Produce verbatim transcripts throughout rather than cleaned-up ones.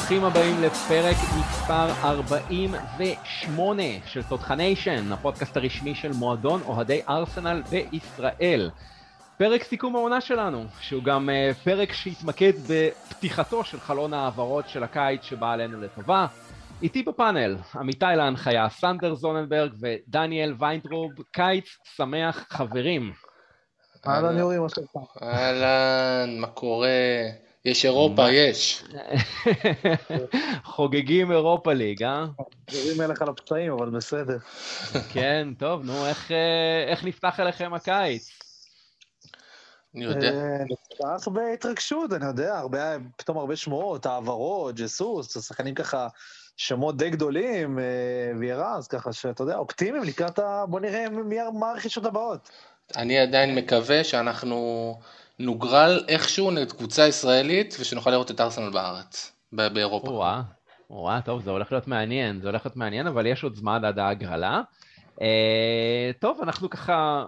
ברוכים הבאים לפרק מספר ארבעים ושמונה של תותחניישן, הפודקאסט הרשמי של מועדון אוהדי ארסנל בישראל. פרק סיכום העונה שלנו, שהוא גם פרק שהתמקד בפתיחתו של חלון העברות של הקיץ שבא עלינו לטובה. איתי בפאנל, עמיתי להנחיה, סנדר זוננברג ודניאל ויינטרוב. קיץ שמח חברים. אהלן יורי, מה שלומך? אהלן, מה קורה? יש אירופה, יש. חוגגים אירופה ליג, אה? יורים מלך על הפצעים, אבל בסדר. כן, טוב, נו, איך, איך נפתח אליכם הקיץ? אני יודע. נפתח בהתרגשות, אני יודע, הרבה, פתאום הרבה שמועות, העברות, ג'סוס, השחקנים ככה, שמות די גדולים, וירז, ככה שאתה יודע, אופטימיים לקראת, בוא נראה מה הרכישות הבאות. אני עדיין מקווה שאנחנו נוגרל איכשהו נגד קבוצה ישראלית, ושנוכל לראות את ארסנל בארץ, באירופה. וואה, וואה, טוב, זה הולך להיות מעניין, זה הולך להיות מעניין, אבל יש עוד זמן עד ההגרלה. אה, טוב, אנחנו ככה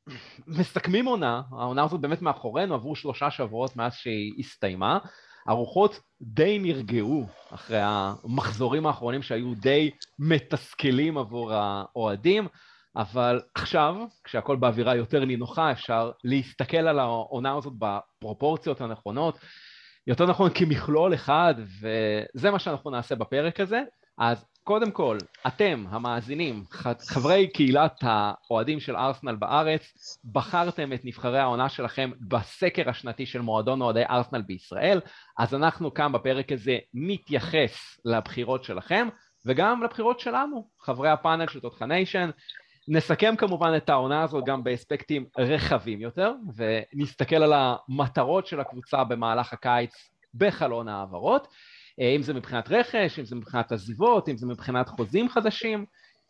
מסכמים עונה, העונה הזאת באמת מאחורינו, עברו שלושה שבועות מאז שהיא הסתיימה, הרוחות די נרגעו אחרי המחזורים האחרונים שהיו די מתסכלים עבור האוהדים, אבל עכשיו, כשהכל באווירה יותר נינוחה, אפשר להסתכל על העונה הזאת בפרופורציות הנכונות, יותר נכון כמכלול אחד, וזה מה שאנחנו נעשה בפרק הזה. אז קודם כל, אתם, המאזינים, חברי קהילת האוהדים של ארסנל בארץ, בחרתם את נבחרי העונה שלכם בסקר השנתי של מועדון אוהדי ארסנל בישראל, אז אנחנו כאן בפרק הזה נתייחס לבחירות שלכם, וגם לבחירות שלנו, חברי הפאנל של תותחניישן. נסכם כמובן את העונה הזאת גם באספקטים רחבים יותר, ונסתכל על המטרות של הקבוצה במהלך הקיץ בחלון העברות, אם זה מבחינת רכש, אם זה מבחינת עזיבות, אם זה מבחינת חוזים חדשים,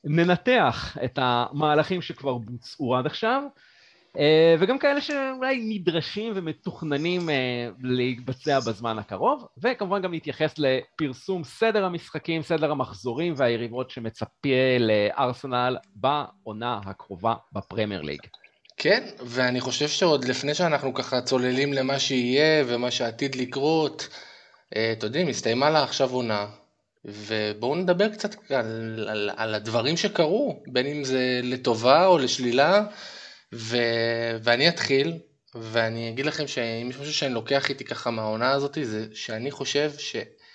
ננתח את המהלכים שכבר בוצעו עד עכשיו, וגם כאלה שאולי נדרשים ומתוכננים להתבצע בזמן הקרוב, וכמובן גם נתייחס לפרסום סדר המשחקים, סדר המחזורים והיריבות שמצפה לארסנל בעונה הקרובה בפרמייר ליג. כן, ואני חושב שעוד לפני שאנחנו ככה צוללים למה שיהיה ומה שעתיד לקרות, אתה יודעים, הסתיימה לה עכשיו עונה, ובואו נדבר קצת על, על, על הדברים שקרו, בין אם זה לטובה או לשלילה, ו... ואני אתחיל, ואני אגיד לכם שאם יש משהו שאני לוקח איתי ככה מהעונה הזאת, זה שאני חושב ש...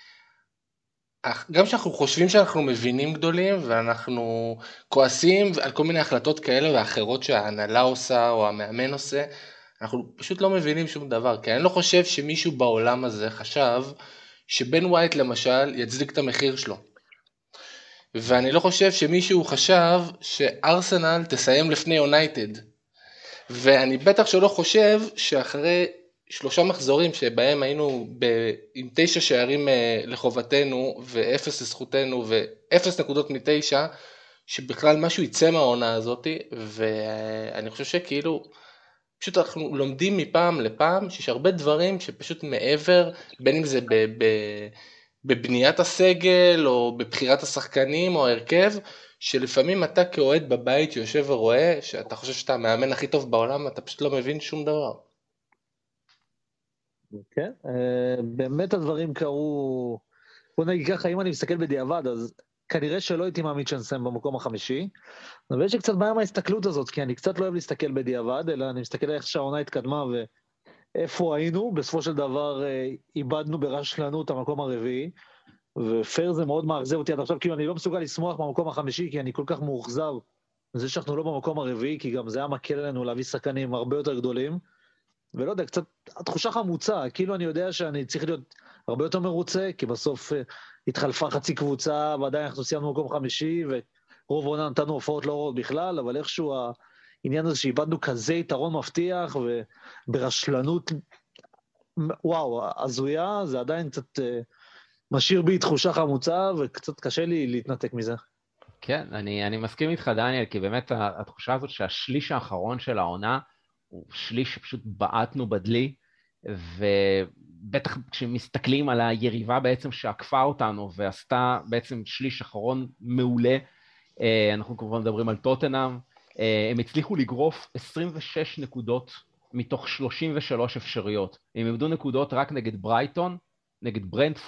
גם שאנחנו חושבים שאנחנו מבינים גדולים, ואנחנו כועסים על כל מיני החלטות כאלה ואחרות שההנהלה עושה, או המאמן עושה, אנחנו פשוט לא מבינים שום דבר, כי אני לא חושב שמישהו בעולם הזה חשב, שבן ווייט למשל יצדיק את המחיר שלו. ואני לא חושב שמישהו חשב שארסנל תסיים לפני יונייטד. ואני בטח שלא חושב שאחרי שלושה מחזורים שבהם היינו ב- עם תשע שערים לחובתנו ואפס לזכותנו ואפס נקודות מתשע, שבכלל משהו יצא מהעונה הזאת, ואני חושב שכאילו פשוט אנחנו לומדים מפעם לפעם שיש הרבה דברים שפשוט מעבר, בין אם זה ב- ב- בבניית הסגל או בבחירת השחקנים או ההרכב, שלפעמים אתה כאוהד בבית שיושב ורואה, שאתה חושב שאתה המאמן הכי טוב בעולם, אתה פשוט לא מבין שום דבר. כן, באמת הדברים קרו, בוא נגיד ככה, אם אני מסתכל בדיעבד, אז כנראה שלא הייתי מאמין שנסיים במקום החמישי, אבל יש לי קצת בעיה מההסתכלות הזאת, כי אני קצת לא אוהב להסתכל בדיעבד, אלא אני מסתכל איך שהעונה התקדמה ואיפה היינו, בסופו של דבר איבדנו ברשלנות המקום הרביעי, ופייר זה מאוד מאכזב אותי עד עכשיו, כאילו אני לא מסוגל לשמוח במקום החמישי, כי אני כל כך מאוכזב, זה שאנחנו לא במקום הרביעי, כי גם זה היה מקל לנו להביא שחקנים הרבה יותר גדולים, ולא יודע, קצת התחושה חמוצה, כאילו אני יודע שאני צריך להיות הרבה יותר מרוצה, כי בסוף התחלפה חצי קבוצה, ועדיין אנחנו סיימנו במקום חמישי, ורוב עונה נתנו הופעות לא רעות בכלל, אבל איכשהו העניין הזה שאיבדנו כזה יתרון מבטיח, וברשלנות, וואו, הזויה, זה עדיין קצת משאיר בי תחושה חמוצה, וקצת קשה לי להתנתק מזה. כן, אני, אני מסכים איתך דניאל, כי באמת התחושה הזאת שהשליש האחרון של העונה, הוא שליש שפשוט בעטנו בדלי, ובטח כשמסתכלים על היריבה בעצם שעקפה אותנו, ועשתה בעצם שליש אחרון מעולה, אנחנו כמובן מדברים על טוטנהאם, הם הצליחו לגרוף עשרים ושש נקודות מתוך שלושים ושלוש אפשריות, הם עמדו נקודות רק נגד ברייטון, נגד ברנטפורד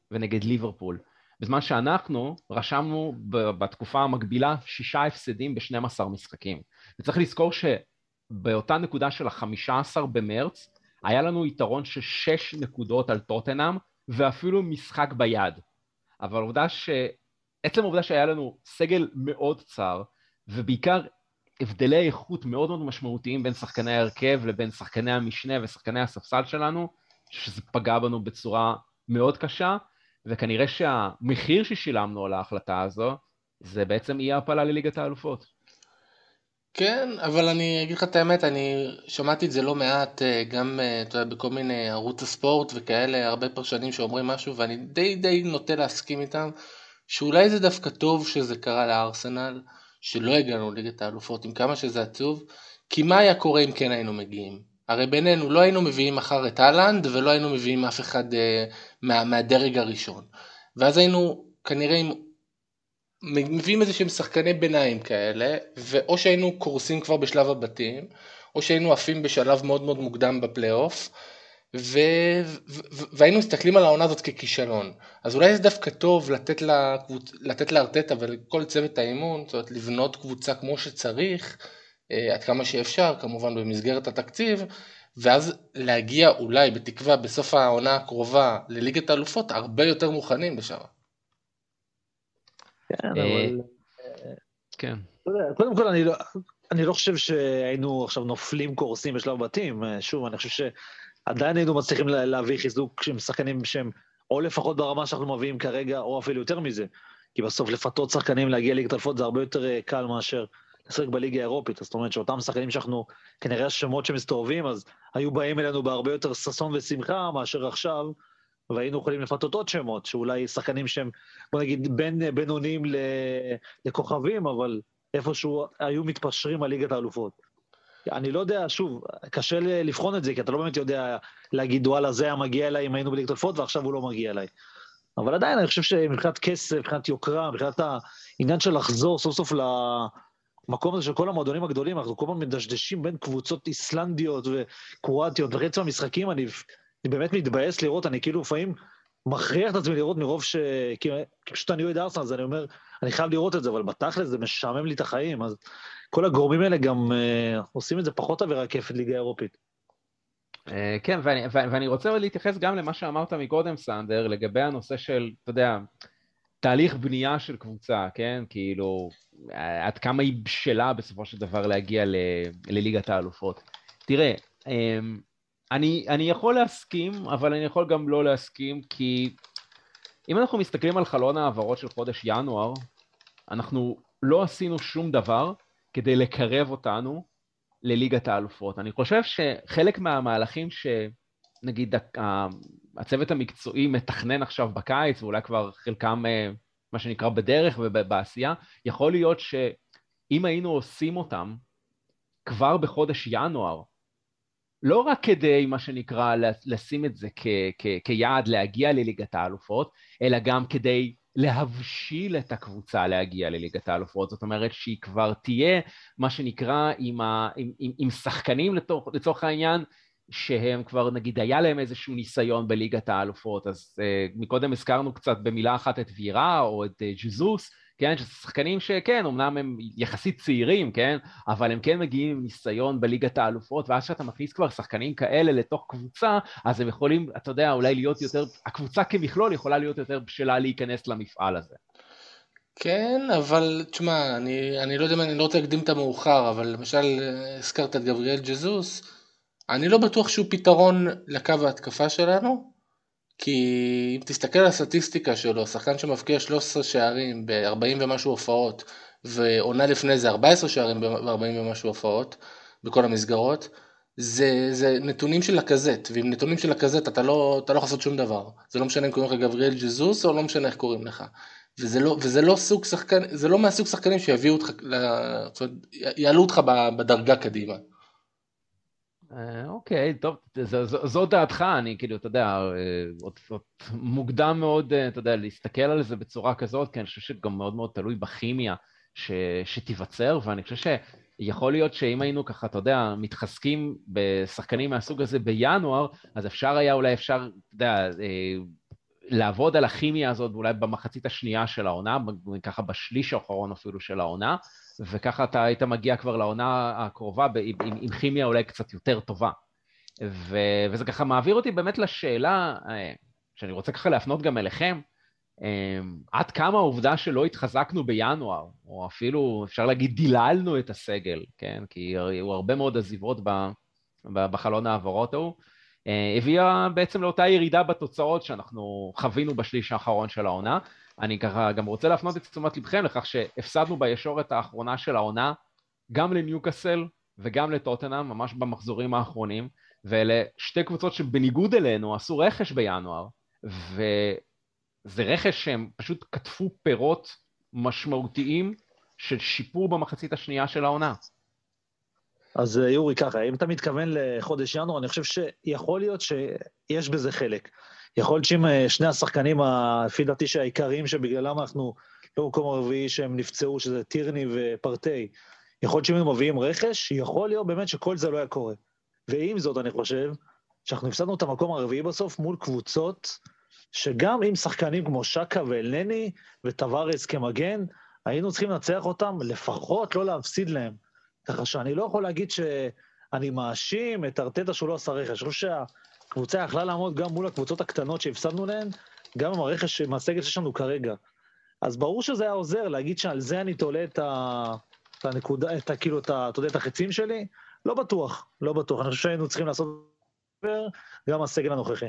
ונגד ליברפול. בזמן שאנחנו רשמנו בתקופה המקבילה שישה הפסדים ב-שנים עשר משחקים. וצריך לזכור שבאותה נקודה של ה-חמישה עשר במרץ, היה לנו יתרון של שש נקודות על טוטנהאם, ואפילו משחק ביד. אבל העובדה ש... עצם העובדה שהיה לנו סגל מאוד צר, ובעיקר הבדלי איכות מאוד מאוד משמעותיים בין שחקני ההרכב לבין שחקני המשנה ושחקני הספסל שלנו, שזה פגע בנו בצורה מאוד קשה, וכנראה שהמחיר ששילמנו על ההחלטה הזו, זה בעצם אי ההפלה לליגת האלופות. כן, אבל אני אגיד לך את האמת, אני שמעתי את זה לא מעט, גם אתה יודע, בכל מיני ערוץ הספורט וכאלה, הרבה פרשנים שאומרים משהו, ואני די די נוטה להסכים איתם, שאולי זה דווקא טוב שזה קרה לארסנל, שלא הגענו ליגת האלופות, עם כמה שזה עצוב, כי מה היה קורה אם כן היינו מגיעים? הרי בינינו לא היינו מביאים מחר את הלנד, ולא היינו מביאים אף אחד אה, מה, מהדרג הראשון. ואז היינו כנראה עם, מביאים איזה שהם שחקני ביניים כאלה, ואו שהיינו קורסים כבר בשלב הבתים, או שהיינו עפים בשלב מאוד מאוד מוקדם בפלייאוף, ו... ו... והיינו מסתכלים על העונה הזאת ככישלון. אז אולי זה דווקא טוב לתת, לקבוצ... לתת לארטטה ולכל צוות האימון, זאת אומרת, לבנות קבוצה כמו שצריך, עד כמה שאפשר, כמובן במסגרת התקציב, ואז להגיע אולי בתקווה בסוף העונה הקרובה לליגת האלופות, הרבה יותר מוכנים בשעה. כן, אבל... כן. קודם כל, אני לא, אני לא חושב שהיינו עכשיו נופלים קורסים בשלב בתים. שוב, אני חושב שעדיין היינו מצליחים להביא חיזוק שהם שחקנים שהם, או לפחות ברמה שאנחנו מביאים כרגע, או אפילו יותר מזה. כי בסוף לפתות שחקנים להגיע ליגת האלופות זה הרבה יותר קל מאשר לשחק בליגה האירופית. זאת אומרת שאותם שחקנים שאנחנו, כנראה השמות שמסתובבים, אז היו באים אלינו בהרבה יותר ששון ושמחה מאשר עכשיו, והיינו יכולים לפתות עוד שמות, שאולי שחקנים שהם, בוא נגיד, בין בינוניים לכוכבים, אבל איפשהו היו מתפשרים על ליגת האלופות. אני לא יודע, שוב, קשה לבחון את זה, כי אתה לא באמת יודע להגיד, וואלה, זה היה מגיע אליי אם היינו בליגת האלופות, ועכשיו הוא לא מגיע אליי. אבל עדיין, אני חושב שמבחינת כסף, מבחינת יוקרה, מבחינת העניין של לחזור סוף סוף למקום הזה של כל המועדונים הגדולים, אנחנו כל פעם מדשדשים בין קבוצות איסלנדיות וקרואטיות, וחצי המשחקים, אני... אני באמת מתבאס לראות, אני כאילו לפעמים מכריח את עצמי לראות מרוב ש... כי פשוט אני אוהד ארסנל, אז אני אומר, אני חייב לראות את זה, אבל בתכל'ס זה משעמם לי את החיים, אז כל הגורמים האלה גם uh, עושים את זה פחות עבירה כיפת ליגה אירופית. Uh, כן, ואני, ואני רוצה להתייחס גם למה שאמרת מקודם, סנדר, לגבי הנושא של, אתה יודע, תהליך בנייה של קבוצה, כן? כאילו, עד כמה היא בשלה בסופו של דבר להגיע ל... לליגת האלופות. תראה, um, אני, אני יכול להסכים, אבל אני יכול גם לא להסכים, כי אם אנחנו מסתכלים על חלון העברות של חודש ינואר, אנחנו לא עשינו שום דבר כדי לקרב אותנו לליגת האלופות. אני חושב שחלק מהמהלכים שנגיד הצוות המקצועי מתכנן עכשיו בקיץ, ואולי כבר חלקם מה שנקרא בדרך ובעשייה, יכול להיות שאם היינו עושים אותם כבר בחודש ינואר, לא רק כדי, מה שנקרא, לשים את זה כ- כ- כיעד להגיע לליגת האלופות, אלא גם כדי להבשיל את הקבוצה להגיע לליגת האלופות. זאת אומרת שהיא כבר תהיה, מה שנקרא, עם, ה- עם, עם, עם שחקנים לתוך, לצורך העניין, שהם כבר, נגיד, היה להם איזשהו ניסיון בליגת האלופות. אז uh, מקודם הזכרנו קצת במילה אחת את וירה או את uh, ג'זוס, כן, ששחקנים שכן, אמנם הם יחסית צעירים, כן, אבל הם כן מגיעים עם ניסיון בליגת האלופות, ואז שאתה מכניס כבר שחקנים כאלה לתוך קבוצה, אז הם יכולים, אתה יודע, אולי להיות יותר, הקבוצה כמכלול יכולה להיות יותר בשלה להיכנס למפעל הזה. כן, אבל תשמע, אני, אני לא יודע, אני לא רוצה להקדים את המאוחר, אבל למשל הזכרת את גבריאל ג'זוס, אני לא בטוח שהוא פתרון לקו ההתקפה שלנו, כי אם תסתכל על הסטטיסטיקה שלו, שחקן שמבקיע שלושה עשר שערים ב-ארבעים ומשהו הופעות, ועונה לפני זה ארבעה עשר שערים ב-ארבעים ומשהו הופעות, בכל המסגרות, זה, זה נתונים של הקזט, ועם נתונים של הקזט אתה לא, אתה לא יכול לעשות שום דבר. זה לא משנה אם קוראים לך גבריאל ג'זוס, או לא משנה איך קוראים לך. וזה לא, וזה לא סוג שחקן, זה לא מהסוג שחקנים שיביאו אותך, זאת אומרת, יעלו אותך בדרגה קדימה. אוקיי, טוב, זו דעתך, אני כאילו, אתה יודע, עוד מוקדם מאוד, אתה יודע, להסתכל על זה בצורה כזאת, כי אני חושב שגם מאוד מאוד תלוי בכימיה שתיווצר, ואני חושב שיכול להיות שאם היינו ככה, אתה יודע, מתחזקים בשחקנים מהסוג הזה בינואר, אז אפשר היה, אולי אפשר, אתה יודע, לעבוד על הכימיה הזאת, ואולי במחצית השנייה של העונה, ככה בשליש האחרון אפילו של העונה, וככה אתה היית מגיע כבר לעונה הקרובה עם, עם, עם כימיה אולי קצת יותר טובה. ו, וזה ככה מעביר אותי באמת לשאלה, שאני רוצה ככה להפנות גם אליכם, עד כמה העובדה שלא התחזקנו בינואר, או אפילו אפשר להגיד דיללנו את הסגל, כן? כי היו הרבה מאוד עזיבות בחלון העברות ההוא, הביאה בעצם לאותה ירידה בתוצאות שאנחנו חווינו בשליש האחרון של העונה. אני ככה גם רוצה להפנות את תשומת לבכם לכך שהפסדנו בישורת האחרונה של העונה, גם לניוקאסל וגם לטוטנהאם, ממש במחזורים האחרונים, ואלה שתי קבוצות שבניגוד אלינו עשו רכש בינואר, וזה רכש שהם פשוט כתפו פירות משמעותיים של שיפור במחצית השנייה של העונה. אז יורי ככה, אם אתה מתכוון לחודש ינואר, אני חושב שיכול להיות שיש בזה חלק. יכול להיות שאם שני השחקנים, לפי דעתי שהעיקריים שבגללם אנחנו לא במקום הרביעי שהם נפצעו, שזה טירני ופרטי, יכול להיות שאם הם מביאים רכש, יכול להיות באמת שכל זה לא היה קורה. ועם זאת אני חושב שאנחנו הפסדנו את המקום הרביעי בסוף מול קבוצות, שגם עם שחקנים כמו שקה ואלנני וטווארס כמגן, היינו צריכים לנצח אותם, לפחות לא להפסיד להם. ככה שאני לא יכול להגיד שאני מאשים את ארטטה שהוא לא עשה רכש. אני חושב שהקבוצה יכלה לעמוד גם מול הקבוצות הקטנות שהפסדנו להן, גם עם הרכש, עם הסגל שיש לנו כרגע. אז ברור שזה היה עוזר להגיד שעל זה אני תולה את, ה... את הנקודה, את, כאילו, את, ה... את החצים שלי. לא בטוח, לא בטוח. אני חושב שהיינו צריכים לעשות גם הסגל הנוכחי.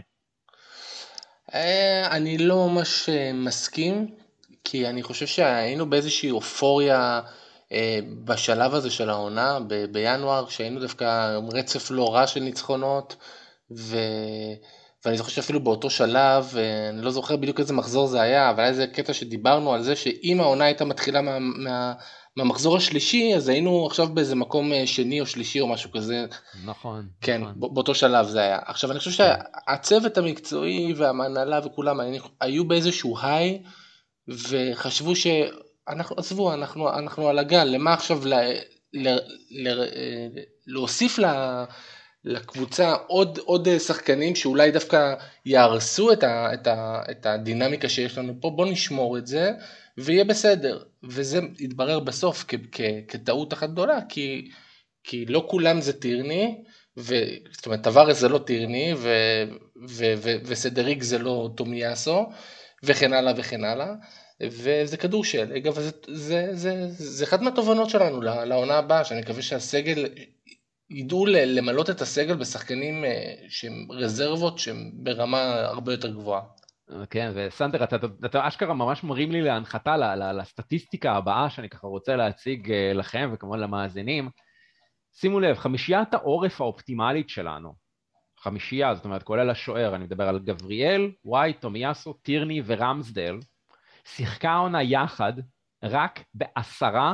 אני לא ממש מסכים, כי אני חושב שהיינו באיזושהי אופוריה בשלב הזה של העונה, ב- בינואר, שהיינו דווקא עם רצף לא רע של ניצחונות, ו... ואני זוכר שאפילו באותו שלב, אני לא זוכר בדיוק איזה מחזור זה היה, אבל היה איזה קטע שדיברנו על זה, שאם העונה הייתה מתחילה מה... מה... מהמחזור השלישי, אז היינו עכשיו באיזה מקום שני או שלישי או משהו כזה. נכון. כן, נכון. באותו שלב זה היה. עכשיו אני חושב שהצוות המקצועי והמנהלה וכולם היו באיזשהו היי, וחשבו שאנחנו, עזבו, אנחנו, אנחנו על הגל, למה עכשיו ל, ל, ל, להוסיף לה, לקבוצה עוד, עוד שחקנים שאולי דווקא יהרסו את, ה, את, ה, את הדינמיקה שיש לנו פה, בוא נשמור את זה, ויהיה בסדר. וזה יתברר בסוף כ, כ, כטעות אחת גדולה, כי, כי לא כולם זה טירני, ו, זאת אומרת, טווארס זה לא טירני, ו, ו, ו, וסדריק זה לא תומיאסו, וכן הלאה וכן הלאה. וזה כדור שלג, אבל זה, זה, זה, זה אחת מהתובנות שלנו לעונה הבאה, שאני מקווה שהסגל, ידעו למלות את הסגל בשחקנים שהם רזרבות, שהם ברמה הרבה יותר גבוהה. כן, וסנדר, אתה, אתה, אתה אשכרה ממש מרים לי להנחתה, לסטטיסטיקה הבאה שאני ככה רוצה להציג לכם, וכמובן למאזינים. שימו לב, חמישיית העורף האופטימלית שלנו, חמישייה, זאת אומרת, כולל השוער, אני מדבר על גבריאל, וואי, תומיאסו, טירני ורמסדל, שיחקה עונה יחד רק בעשרה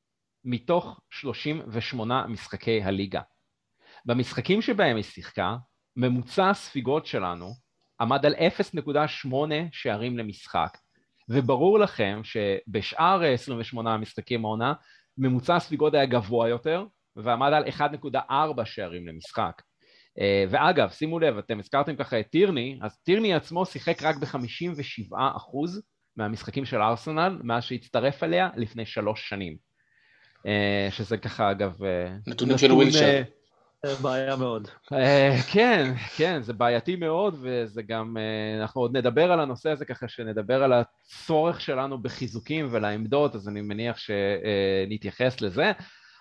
מתוך שלושים ושמונה משחקי הליגה. במשחקים שבהם היא שיחקה, ממוצע הספיגות שלנו עמד על אפס נקודה שמונה שערים למשחק. וברור לכם שבשאר עשרים ושמונה המשחקים העונה, ממוצע הספיגות היה גבוה יותר, ועמד על אחד נקודה ארבע שערים למשחק. ואגב, שימו לב, אתם הזכרתם ככה את טירני, אז טירני עצמו שיחק רק ב-חמישים ושבעה אחוז מהמשחקים של ארסנל, מאז שהצטרף אליה לפני שלוש שנים. שזה ככה, אגב... נתונים של ווילשר. בעיה מאוד. כן, כן, זה בעייתי מאוד, וזה גם, אנחנו עוד נדבר על הנושא הזה ככה, שנדבר על הצורך שלנו בחיזוקים ולעמדות, אז אני מניח שנתייחס לזה.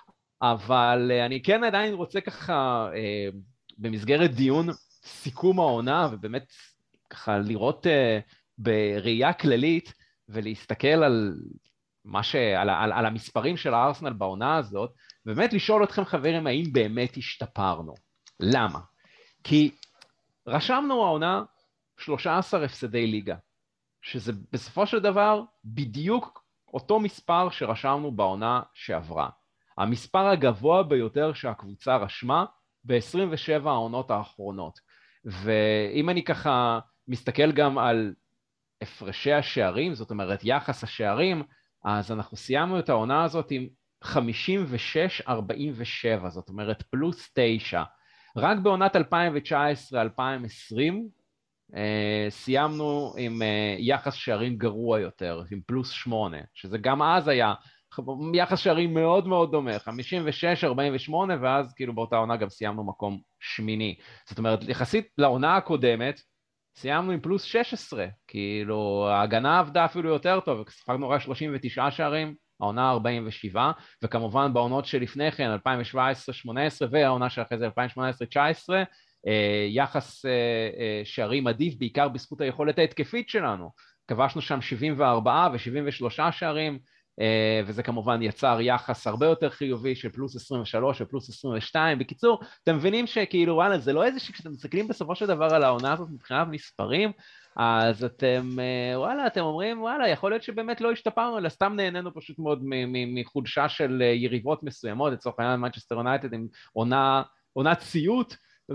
אבל אני כן עדיין רוצה ככה, במסגרת דיון סיכום העונה, ובאמת ככה לראות בראייה כללית, ולהסתכל על מה ש... על, על, על המספרים של הארסנל בעונה הזאת, באמת לשאול אתכם חברים, האם באמת השתפרנו? למה? כי רשמנו העונה שלושה עשר הפסדי ליגה, שזה בסופו של דבר בדיוק אותו מספר שרשמנו בעונה שעברה. המספר הגבוה ביותר שהקבוצה רשמה ב-עשרים ושבע העונות האחרונות. ואם אני ככה מסתכל גם על הפרשי השערים, זאת אומרת יחס השערים, אז אנחנו סיימנו את העונה הזאת עם חמישים ושש ארבעים ושבע, זאת אומרת פלוס תשע. רק בעונת אלפיים תשע עשרה אלפיים עשרים סיימנו עם יחס שערים גרוע יותר, עם פלוס שמונה, שזה גם אז היה יחס שערים מאוד מאוד דומה, חמישים ושש ארבעים ושמונה, ואז כאילו באותה עונה גם סיימנו מקום שמיני. זאת אומרת, יחסית לעונה הקודמת, סיימנו עם פלוס שש עשרה, כאילו ההגנה עבדה אפילו יותר טוב, ספגנו רק שלושים ותשעה שערים, העונה ארבעים ושבע, וכמובן בעונות שלפני כן, אלפיים שבע עשרה שמונה עשרה, והעונה שאחרי זה אלפיים שמונה עשרה תשע עשרה, יחס שערים עדיף, בעיקר בזכות היכולת ההתקפית שלנו. כבשנו שם שבעים וארבעה ו-שבעים ושלושה שערים, וזה כמובן יצר יחס הרבה יותר חיובי של פלוס עשרים ושלוש ופלוס עשרים ושתיים. בקיצור, אתם מבינים שכאילו, וואלה, זה לא איזה שכשאתם מסתכלים בסופו של דבר על העונה הזאת מבחינת מספרים, אז אתם, וואלה, אתם אומרים, וואלה, יכול להיות שבאמת לא השתפרנו, אלא סתם נהנינו פשוט מאוד מחולשה של יריבות מסוימות, לצורך העניין מנצ'סטר יונייטד עם עונה, עונה ציות,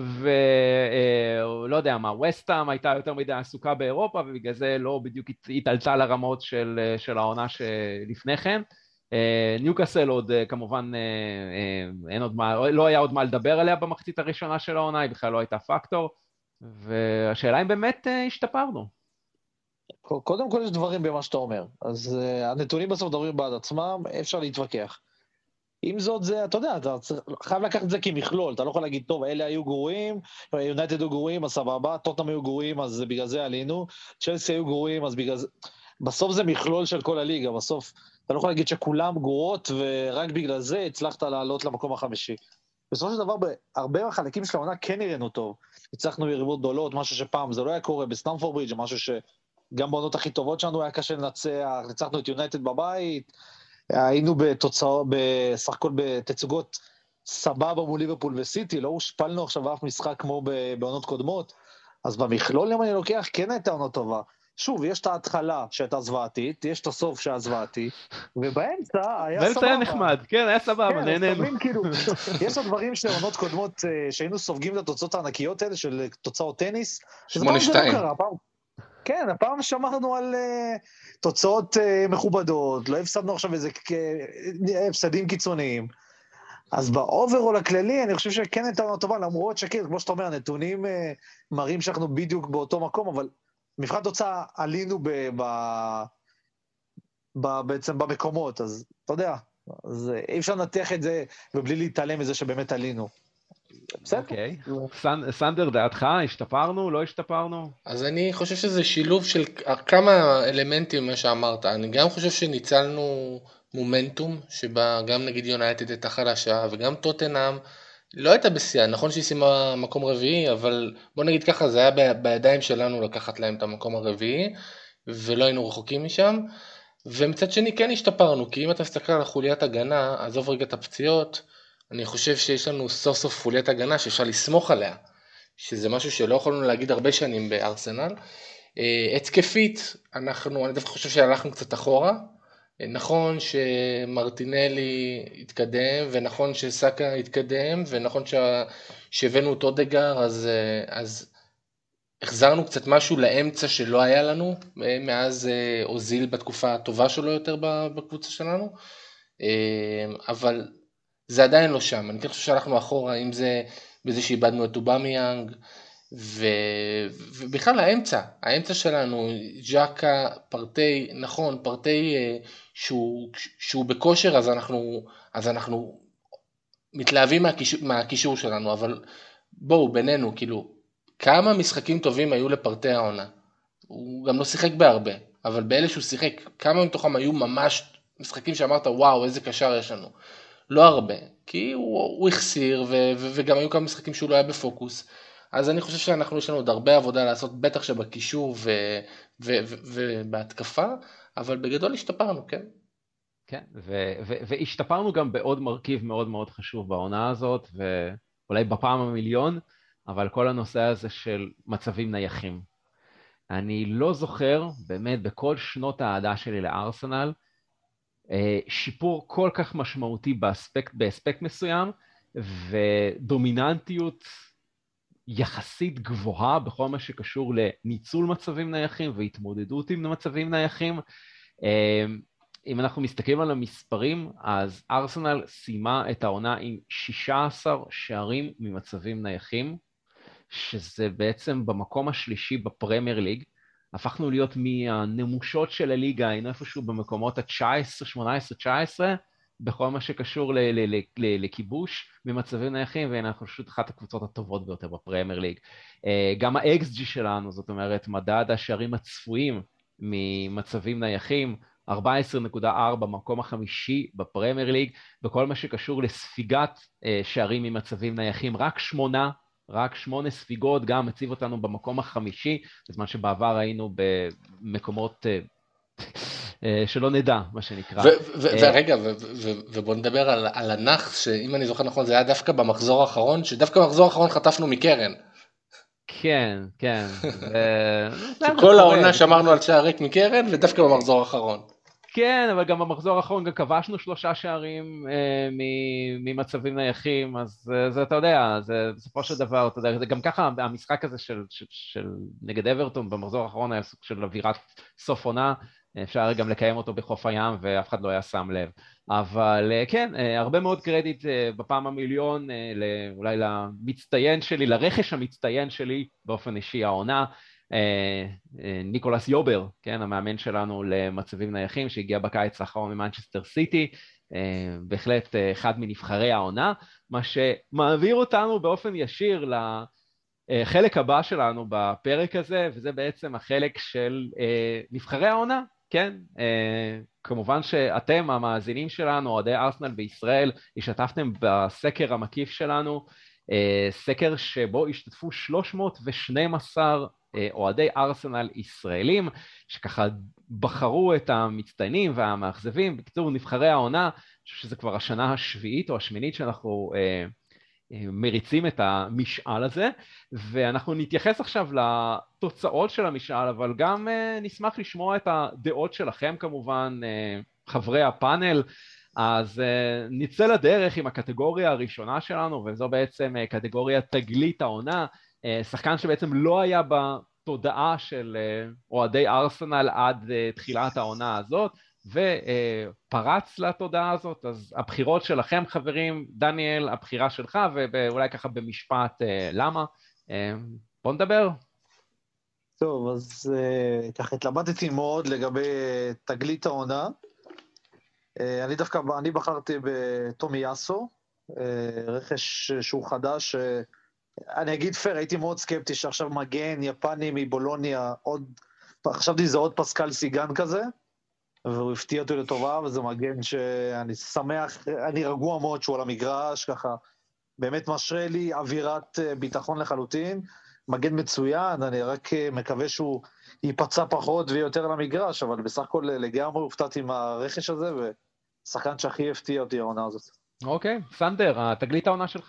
ולא יודע מה, ווסטהאם הייתה יותר מדי עסוקה באירופה, ובגלל זה לא בדיוק התעלתה לרמות של, של העונה שלפני כן. ניוקאסל עוד כמובן אין עוד מה, לא היה עוד מה לדבר עליה במחצית הראשונה של העונה, היא בכלל לא הייתה פקטור, והשאלה אם באמת השתפרנו. קודם כל יש דברים במה שאתה אומר, אז הנתונים בסוף מדברים בעד עצמם, אפשר להתווכח. אם זאת זה, אתה יודע, אתה חייב לקחת את זה כמכלול, אתה לא יכול להגיד, טוב, אלה היו גרועים, יונייטד היו גרועים, אז סבבה, טוטנהאם היו גרועים, אז בגלל זה עלינו, צ'לסי היו גרועים, אז בגלל זה, בסוף זה מכלול של כל הליגה, בסוף, אתה לא יכול להגיד שכולם גרועות, ורק בגלל זה הצלחת לעלות למקום החמישי. בסופו של דבר, בהרבה מהחלקים של העונה כן נראינו טוב, הצלחנו יריבות גדולות, משהו שפעם זה לא היה קורה, בסטמפורד ברידג' זה משהו שגם בעונות הכי טובות שלנו היה קשה לנצח, ניצחנו את יונייטד בבית, היינו בתוצאות, בסך הכל בתצוגות סבבה מול ליברפול וסיטי, לא הושפלנו עכשיו אף משחק כמו בעונות קודמות, אז במכלול אם אני לוקח, כן הייתה עונה טובה. שוב, יש את ההתחלה שהייתה זוועתית, יש את הסוף שהיה זוועתי, ובאמצע היה סבבה. באמצע היה נחמד, כן, היה סבבה, נהנינו. כאילו, יש עוד דברים של עונות קודמות, שהיינו סופגים את התוצאות הענקיות האלה, של תוצאות טניס. שמונה שתיים. כן, הפעם שמרנו על uh, תוצאות uh, מכובדות, לא הפסדנו עכשיו איזה הפסדים קיצוניים. אז באוברול הכללי, אני חושב שכן הייתה עונה טובה, למרות שכן, כמו שאתה אומר, הנתונים uh, מראים שאנחנו בדיוק באותו מקום, אבל מבחן תוצאה עלינו ב, ב, ב, בעצם במקומות, אז אתה יודע, אז אי אפשר לנתח את זה, ובלי להתעלם מזה שבאמת עלינו. אוקיי, סנדר, דעתך, השתפרנו, לא השתפרנו? אז אני חושב שזה שילוב של כמה אלמנטים מה שאמרת. אני גם חושב שניצלנו מומנטום, שבה גם נגיד יונייטד הייתה חלשה, וגם טוטנהאם לא הייתה בשיאה. נכון שהיא סיימה מקום רביעי, אבל בוא נגיד ככה, זה היה בידיים שלנו לקחת להם את המקום הרביעי, ולא היינו רחוקים משם. ומצד שני כן השתפרנו, כי אם אתה מסתכל על חוליית הגנה, עזוב רגע את הפציעות, אני חושב שיש לנו סוף סוף חוליית הגנה שאפשר לסמוך עליה, שזה משהו שלא יכולנו להגיד הרבה שנים בארסנל. התקפית, אנחנו, אני דווקא חושב שהלכנו קצת אחורה, נכון שמרטינלי התקדם, ונכון שסאקה התקדם, ונכון שהבאנו את אודגר, אז, אז החזרנו קצת משהו לאמצע שלא היה לנו, מאז אוזיל בתקופה הטובה שלו יותר בקבוצה שלנו, אבל זה עדיין לא שם. אני חושב שהלכנו אחורה, אם זה בזה שאיבדנו את אובמיאנג, ו... ובכלל האמצע, האמצע שלנו, ג'קה, פרטי, נכון, פרטי שהוא, שהוא בכושר, אז אנחנו, אז אנחנו מתלהבים מהקישור, מהקישור שלנו, אבל בואו, בינינו, כאילו, כמה משחקים טובים היו לפרטי העונה? הוא גם לא שיחק בהרבה, אבל באלה שהוא שיחק, כמה מתוכם היו ממש משחקים שאמרת, וואו, איזה קשר יש לנו. לא הרבה, כי הוא, הוא החסיר, ו, ו, וגם היו כמה משחקים שהוא לא היה בפוקוס. אז אני חושב שאנחנו, יש לנו עוד הרבה עבודה לעשות, בטח שבקישור ו, ו, ו, ובהתקפה, אבל בגדול השתפרנו, כן? כן, ו, ו, והשתפרנו גם בעוד מרכיב מאוד מאוד חשוב בעונה הזאת, ואולי בפעם המיליון, אבל כל הנושא הזה של מצבים נייחים. אני לא זוכר, באמת, בכל שנות העדה שלי לארסנל, שיפור כל כך משמעותי באספקט, באספקט מסוים, ודומיננטיות יחסית גבוהה בכל מה שקשור לניצול מצבים נייחים והתמודדות עם מצבים נייחים. אם אנחנו מסתכלים על המספרים, אז ארסנל סיימה את העונה עם שישה עשר שערים ממצבים נייחים, שזה בעצם במקום השלישי בפרמייר ליג, הפכנו להיות מהנמושות של הליגה, היינו איפשהו במקומות ה-תשע עשרה, שמונה עשרה, תשע עשרה, בכל מה שקשור ל- ל- ל- לכיבוש ממצבים נייחים, והנה אנחנו פשוט אחת הקבוצות הטובות ביותר בפרמייר ליג. גם ה-אקס ג'י שלנו, זאת אומרת, מדד השערים הצפויים ממצבים נייחים, ארבע עשרה נקודה ארבע, מקום החמישי בפרמייר ליג, בכל מה שקשור לספיגת שערים ממצבים נייחים, רק שמונה, רק שמונה ספיגות, גם מציב אותנו במקום החמישי, בזמן שבעבר היינו במקומות שלא נדע, מה שנקרא. ורגע, ובוא נדבר על הנח, שאם אני זוכר נכון, זה היה דווקא במחזור האחרון, שדווקא במחזור האחרון חטפנו מקרן. כן, כן. שכל העונה שמרנו על שער ריק מקרן, ודווקא במחזור האחרון. כן, אבל גם במחזור האחרון גם כבשנו שלושה שערים ממצבים נייחים, אז זה, אתה יודע, זה בסופו של דבר, אתה יודע, זה גם ככה, המשחק הזה של נגד אברטון במחזור האחרון היה סוג של אווירת סוף עונה, אפשר גם לקיים אותו בחוף הים ואף אחד לא היה שם לב. אבל כן, הרבה מאוד קרדיט בפעם המיליון, אולי למצטיין שלי, לרכש המצטיין שלי באופן אישי העונה, ניקולס יובר, כן, המאמן שלנו למצבים נייחים, שהגיע בקיץ האחרון ממנצ'סטר סיטי, בהחלט אחד מנבחרי העונה, מה שמעביר אותנו באופן ישיר לחלק הבא שלנו בפרק הזה, וזה בעצם החלק של נבחרי העונה. כן, כמובן שאתם, המאזינים שלנו, אוהדי ארסנל בישראל, השתתפתם בסקר המקיף שלנו, סקר שבו השתתפו שלוש מאות ושתים עשרה אוהדי ארסנל ישראלים, שככה בחרו את המצטיינים והמאכזבים, בקיצור נבחרי העונה, שזה כבר השנה השביעית או השמינית שאנחנו מריצים את המשאל הזה, ואנחנו נתייחס עכשיו לתוצאות של המשאל, אבל גם נשמח לשמוע את הדעות שלכם כמובן, חברי הפאנל. אז נצא לדרך עם הקטגוריה הראשונה שלנו, וזו בעצם קטגוריה תגלית העונה, שחקן שבעצם לא היה בתודעה של אוהדי ארסנל עד תחילת העונה הזאת, ופרץ לתודעה הזאת. אז הבחירות שלכם חברים, דניאל, הבחירה שלך, ואולי ככה במשפט למה. בוא נדבר. טוב, אז ככה התלבטתי מאוד לגבי תגלית העונה. אני דווקא, אני בחרתי בטומי יאסו, רכש שהוא חדש, אני אגיד פייר, הייתי מאוד סקפטי שעכשיו מגן יפני מבולוניה, עוד, חשבתי זה עוד פסקל סיגן כזה, והוא הפתיע אותי לטובה, וזה מגן שאני שמח, אני רגוע מאוד שהוא על המגרש, ככה, באמת משרה לי אווירת ביטחון לחלוטין, מגן מצוין, אני רק מקווה שהוא ייפצע פחות ויותר על המגרש, אבל בסך הכל לגמרי הופתעתי עם הרכש הזה, ושחקן שהכי הפתיע אותי העונה הזאת. אוקיי, סנדר, התגלית העונה שלך.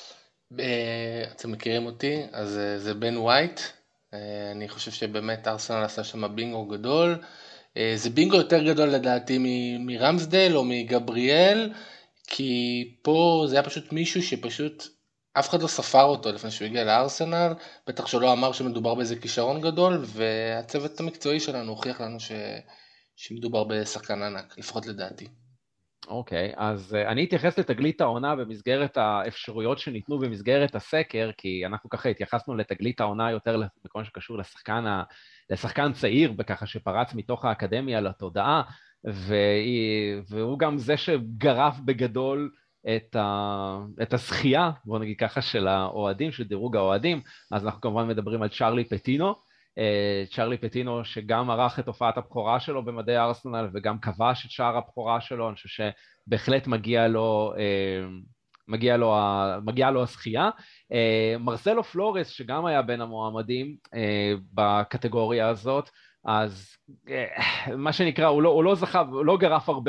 אתם מכירים אותי, אז זה בן ווייט, אני חושב שבאמת ארסנל עשה שם בינגו גדול, זה בינגו יותר גדול לדעתי מרמסדל או מגבריאל, כי פה זה היה פשוט מישהו שפשוט אף אחד לא ספר אותו לפני שהוא הגיע לארסנל, בטח שלא אמר שמדובר באיזה כישרון גדול, והצוות המקצועי שלנו הוכיח לנו ש... שמדובר בשחקן ענק, לפחות לדעתי. אוקיי, okay, אז uh, אני אתייחס לתגלית העונה במסגרת האפשרויות שניתנו במסגרת הסקר, כי אנחנו ככה התייחסנו לתגלית העונה יותר בכל מה שקשור לשחקן, ה... לשחקן צעיר, בככה שפרץ מתוך האקדמיה לתודעה, והיא... והוא גם זה שגרף בגדול את, ה... את הזכייה, בוא נגיד ככה, של האוהדים, של דירוג האוהדים. אז אנחנו כמובן מדברים על צ'רלי פטינו, צ'רלי פטינו שגם ערך את הופעת הבכורה שלו במדי ארסנל וגם כבש את שער הבכורה שלו. אני חושב שבהחלט מגיע לו, מגיע לו, מגיע לו הזכייה. מרסלו פלורס שגם היה בין המועמדים בקטגוריה הזאת, אז מה שנקרא, הוא לא, הוא לא זכה, הוא לא גרף הרבה,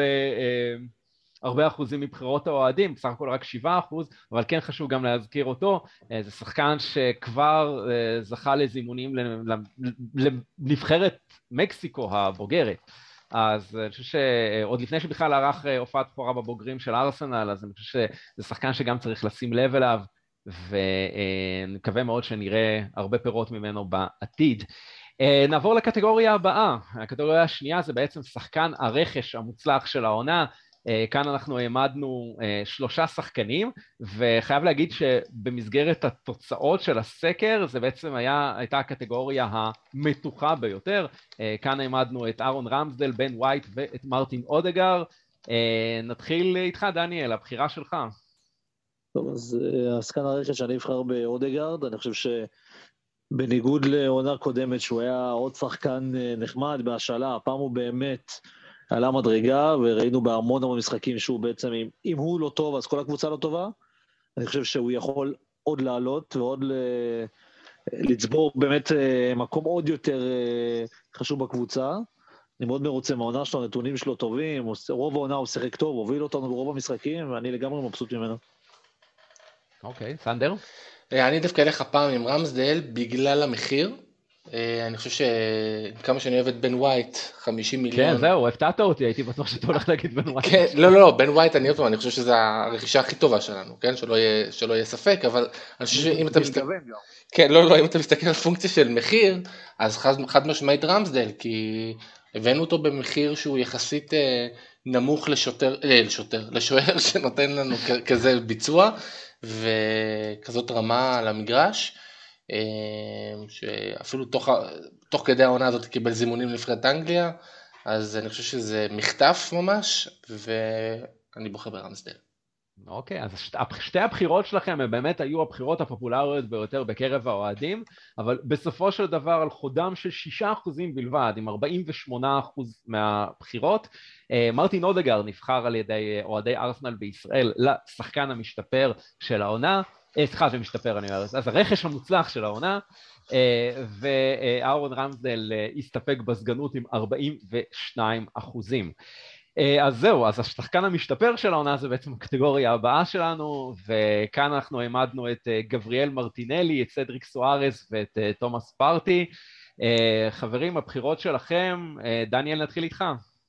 הרבה אחוזים מבחירות האוהדים, בסך הכל רק שבעה אחוז, אבל כן חשוב גם להזכיר אותו. זה שחקן שכבר זכה לזימונים לנבחרת מקסיקו הבוגרת, אז אני חושב שעוד לפני שבכלל ערך הופעת בכורה בבוגרים של ארסנל, אז אני חושב שזה שחקן שגם צריך לשים לב אליו, ונקווה מאוד שנראה הרבה פירות ממנו בעתיד. נעבור לקטגוריה הבאה. הקטגוריה השנייה זה בעצם שחקן הרכש המוצלח של העונה, כאן אנחנו העמדנו שלושה שחקנים, וחייב להגיד שבמסגרת התוצאות של הסקר, זה בעצם היה, הייתה הקטגוריה המתוחה ביותר. כאן העמדנו את אהרון רמסדל, בן ווייט ואת מרטין אודגר. נתחיל איתך, דניאל, הבחירה שלך. טוב, אז השחקן הרכש שאני אבחר באודגרד, אני חושב שבניגוד לעונה קודמת, שהוא היה עוד שחקן נחמד בהשאלה, הפעם הוא באמת עלה מדרגה, וראינו בהמון המון משחקים שהוא בעצם, אם, אם הוא לא טוב, אז כל הקבוצה לא טובה. אני חושב שהוא יכול עוד לעלות, ועוד ל... לצבור באמת מקום עוד יותר חשוב בקבוצה. אני מאוד מרוצה מהעונה שלו, הנתונים שלו טובים, רוב העונה הוא שיחק טוב, הוביל אותנו ברוב המשחקים, ואני לגמרי מבסוט ממנו. אוקיי, סנדר? אני דווקא אלך הפעם עם רמסדל בגלל המחיר. אני חושב שכמה שאני אוהב את בן ווייט, חמישים מיליון. כן, זהו, הפתעת אותי, הייתי בטוח שאתה הולך להגיד בן ווייט. כן, לא, לא, בן ווייט, אני אני חושב שזו הרכישה הכי טובה שלנו, כן? שלא יהיה, שלא יהיה ספק, אבל אני חושב שאם אתה מסתכל... כן, לא, לא, אם אתה מסתכל על פונקציה של מחיר, אז חד, חד משמעית רמסדל, כי הבאנו אותו במחיר שהוא יחסית נמוך לשוטר, אה, לשוטר, לשוער שנותן לנו כזה ביצוע, וכזאת רמה על המגרש, שאפילו תוך, תוך כדי העונה הזאת קיבל זימונים לנבחרת אנגליה, אז אני חושב שזה מחטף ממש, ואני בוחר ברמסדל. אוקיי, אז שתי הבחירות שלכם הם באמת היו הבחירות הפופולריות ביותר בקרב האוהדים, אבל בסופו של דבר על חודם של שישה אחוזים בלבד, עם ארבעים ושמונה אחוז מהבחירות, מרטין אודגר נבחר על ידי אוהדי ארסנל בישראל לשחקן המשתפר של העונה, סליחה, זה משתפר אני אומר, אז הרכש המוצלח של העונה, ואהרון רמסדל הסתפק בסגנות עם ארבעים ושניים אחוזים. אז זהו, אז השחקן המשתפר של העונה זה בעצם הקטגוריה הבאה שלנו, וכאן אנחנו העמדנו את גבריאל מרטינלי, את סדריק סוארס ואת תומאס פארטי. חברים, הבחירות שלכם, דניאל נתחיל איתך.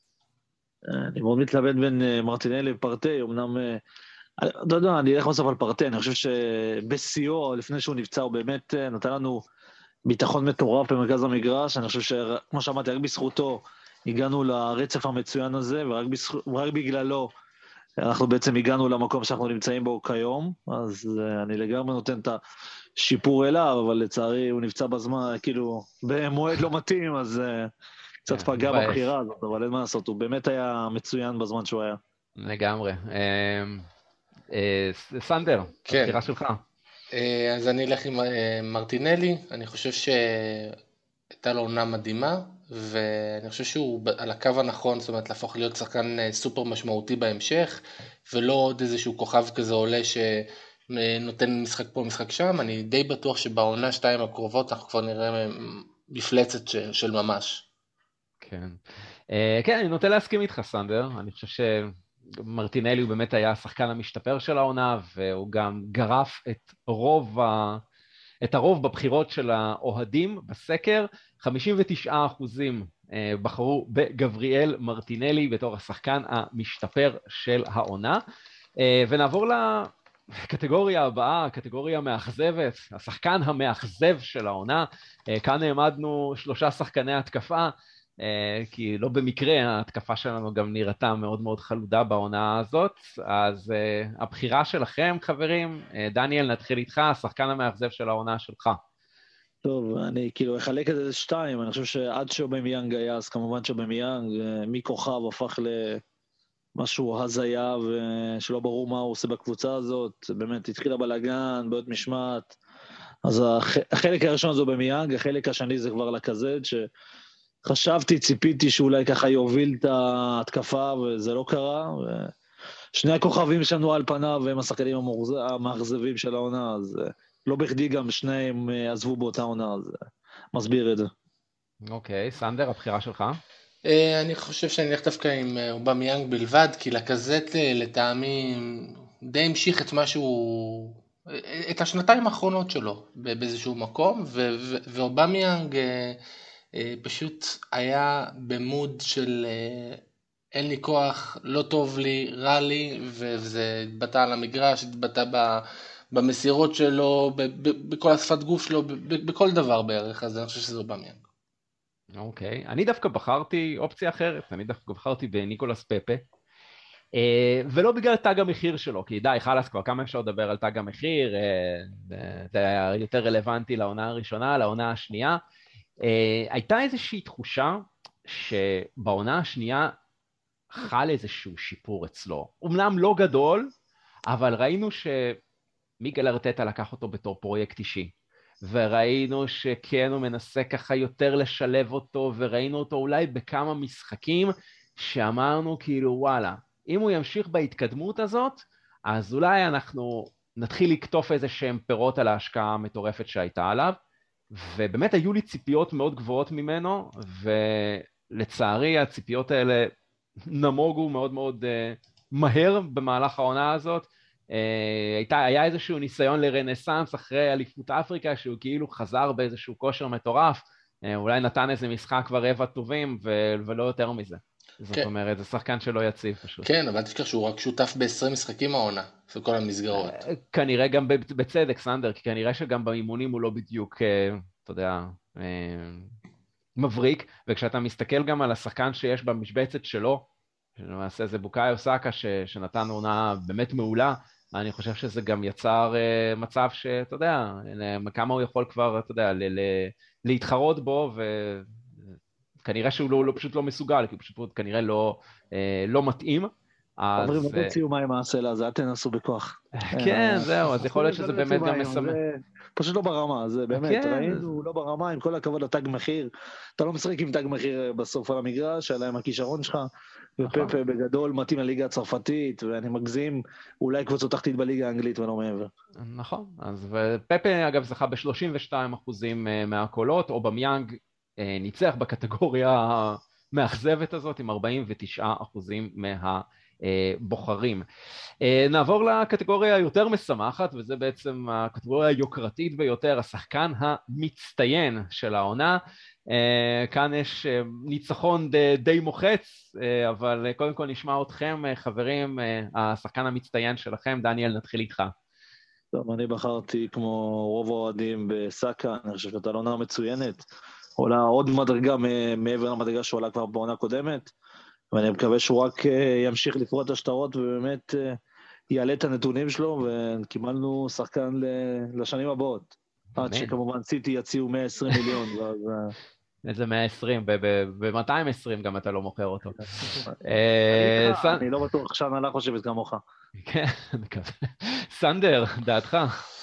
אני מאוד מתלבט בין מרטינלי ופארטי, אמנם, לא יודע, אני אלך בסוף על פארטי, אני חושב שבסיוע, לפני שהוא נפצע, הוא באמת נתן לנו ביטחון מטורף במרכז המגרש, אני חושב שכמו שאמרתי, רק בזכותו, הגענו לרצף המצוין הזה, ורק, בזכ... ורק בגללו אנחנו בעצם הגענו למקום שאנחנו נמצאים בו כיום, אז uh, אני לגמרי נותן את השיפור אליו, אבל לצערי הוא נפצע בזמן, כאילו, במועד לא מתאים, אז uh, קצת פגע בבחירה הזאת, אבל אין מה לעשות, הוא באמת היה מצוין בזמן שהוא היה. לגמרי. סנדר, הבחירה שלך. אז אני אלך עם מרטינלי, אני חושב שהייתה לו עונה מדהימה, ואני חושב שהוא על הקו הנכון, זאת אומרת להפוך להיות שחקן סופר משמעותי בהמשך, ולא עוד איזשהו כוכב כזה עולה שנותן משחק פה משחק שם. אני די בטוח שבעונה שתיים הקרובות אנחנו כבר נראה מפלצת של ממש. כן, כן, אני נוטה להסכים איתך סנדר, אני חושב שמרטינלי הוא באמת היה השחקן המשתפר של העונה, והוא גם גרף את רוב ה... את הרוב בבחירות של האוהדים בסקר, חמישים ותשעה אחוזים בחרו בגבריאל מרטינלי בתור השחקן המשתפר של העונה. ונעבור לקטגוריה הבאה, הקטגוריה המאכזבת, השחקן המאכזב של העונה. כאן העמדנו שלושה שחקני התקפה, כי לא במקרה ההתקפה שלנו גם נראתה מאוד מאוד חלודה בעונה הזאת, אז uh, הבחירה שלכם חברים, uh, דניאל נתחיל איתך, השחקן המאכזב של העונה שלך. טוב, אני כאילו אחלק את זה שתיים, אני חושב שעד שאובמיאנג היה, אז כמובן שאובמיאנג מכוכב הפך למשהו הזיה, ושלא ברור מה הוא עושה בקבוצה הזאת, באמת התחילה בלגן, בעיות משמעת, אז הח... החלק הראשון זה אובמיאנג, החלק השני זה כבר לקזט, ש... חשבתי, ציפיתי שאולי ככה יוביל את ההתקפה, וזה לא קרה. שני הכוכבים שלנו על פניו, והם השחקנים המאכזבים של העונה, אז לא בכדי גם שניהם עזבו באותה עונה, אז מסביר את זה. אוקיי, סנדר, הבחירה שלך? אני חושב שאני אלך דווקא עם אובמיאנג בלבד, כי לקזט לטעמי די המשיך את משהו, את השנתיים האחרונות שלו באיזשהו מקום, ואובמיאנג פשוט היה במוד של אין לי כוח, לא טוב לי, רע לי, וזה התבטא על המגרש, התבטא במסירות שלו, בכל השפת גוף שלו, בכל דבר בערך, אז אני חושב שזה אובמיאנג. אוקיי, אני דווקא בחרתי אופציה אחרת, אני דווקא בחרתי בניקולס פפה, ולא בגלל תג המחיר שלו, כי די, חלאס כבר, כמה אפשר לדבר על תג המחיר, זה היה יותר רלוונטי לעונה הראשונה, לעונה השנייה. הייתה איזושהי תחושה שבעונה השנייה חל איזשהו שיפור אצלו. אומנם לא גדול, אבל ראינו שמיגל ארטטה לקח אותו בתור פרויקט אישי, וראינו שכן הוא מנסה ככה יותר לשלב אותו, וראינו אותו אולי בכמה משחקים שאמרנו כאילו וואלה, אם הוא ימשיך בהתקדמות הזאת, אז אולי אנחנו נתחיל לקטוף איזה שהם פירות על ההשקעה המטורפת שהייתה עליו, ובאמת היו לי ציפיות מאוד גבוהות ממנו, ולצערי הציפיות האלה נמוגו מאוד מאוד uh, מהר במהלך העונה הזאת. Uh, הייתה, היה איזשהו ניסיון לרנסנס אחרי אליפות אפריקה, שהוא כאילו חזר באיזשהו כושר מטורף, uh, אולי נתן איזה משחק כבר רבע טובים, ו- ולא יותר מזה. זאת כן. אומרת, זה שחקן שלא יציב פשוט. כן, אבל תשכח שהוא רק שותף ב-עשרים משחקים העונה, של כל המסגרות. כנראה גם בצדק, סנדר, כי כנראה שגם באימונים הוא לא בדיוק, אתה יודע, מבריק, וכשאתה מסתכל גם על השחקן שיש במשבצת שלו, למעשה זה בוקאיו סאקה, ש... שנתן עונה באמת מעולה, אני חושב שזה גם יצר מצב שאתה יודע, כמה הוא יכול כבר, אתה יודע, ל... ל... להתחרות בו, ו... כנראה שהוא לא, לא, פשוט לא מסוגל, כי הוא פשוט כנראה לא, אה, לא מתאים. אומרים, לא תוציאו מים מהסלע, אז אל תנסו בכוח. כן, זהו, אז יכול להיות שזה באמת גם מסמך. פשוט לא ברמה, זה באמת, ראינו, לא ברמה, עם כל הכבוד לתג מחיר. אתה לא משחק עם תג מחיר בסוף על המגרש, אלא עם הכישרון שלך, ופפה בגדול מתאים לליגה הצרפתית, ואני מגזים, אולי קבוצות תחתית בליגה האנגלית ולא מעבר. נכון, אז פפה אגב זכה ב-שלושים ושתיים אחוזים מהקולות, או במיאנג, ניצח בקטגוריה המאכזבת הזאת עם ארבעים ותשעה אחוזים מהבוחרים. נעבור לקטגוריה היותר משמחת, וזה בעצם הקטגוריה היוקרתית ביותר, השחקן המצטיין של העונה. כאן יש ניצחון די מוחץ, אבל קודם כל נשמע אתכם, חברים, השחקן המצטיין שלכם. דניאל, נתחיל איתך. טוב, אני בחרתי כמו רוב האוהדים בסאקה, אני חושב שאתה עונה מצוינת. עולה עוד מדרגה מעבר למדרגה שהוא עלה כבר בעונה קודמת, ואני מקווה שהוא רק ימשיך לפרוט את השטרות, ובאמת יעלה את הנתונים שלו, וקיבלנו שחקן לשנים הבאות. עד שכמובן סיטי יציעו מאה ועשרים מיליון. איזה מאה ועשרים, ב-מאתיים ועשרים גם אתה לא מוכר אותו. אני לא בטוח שהנהלה חושבת כמוך. כן, סנדר, דעתך?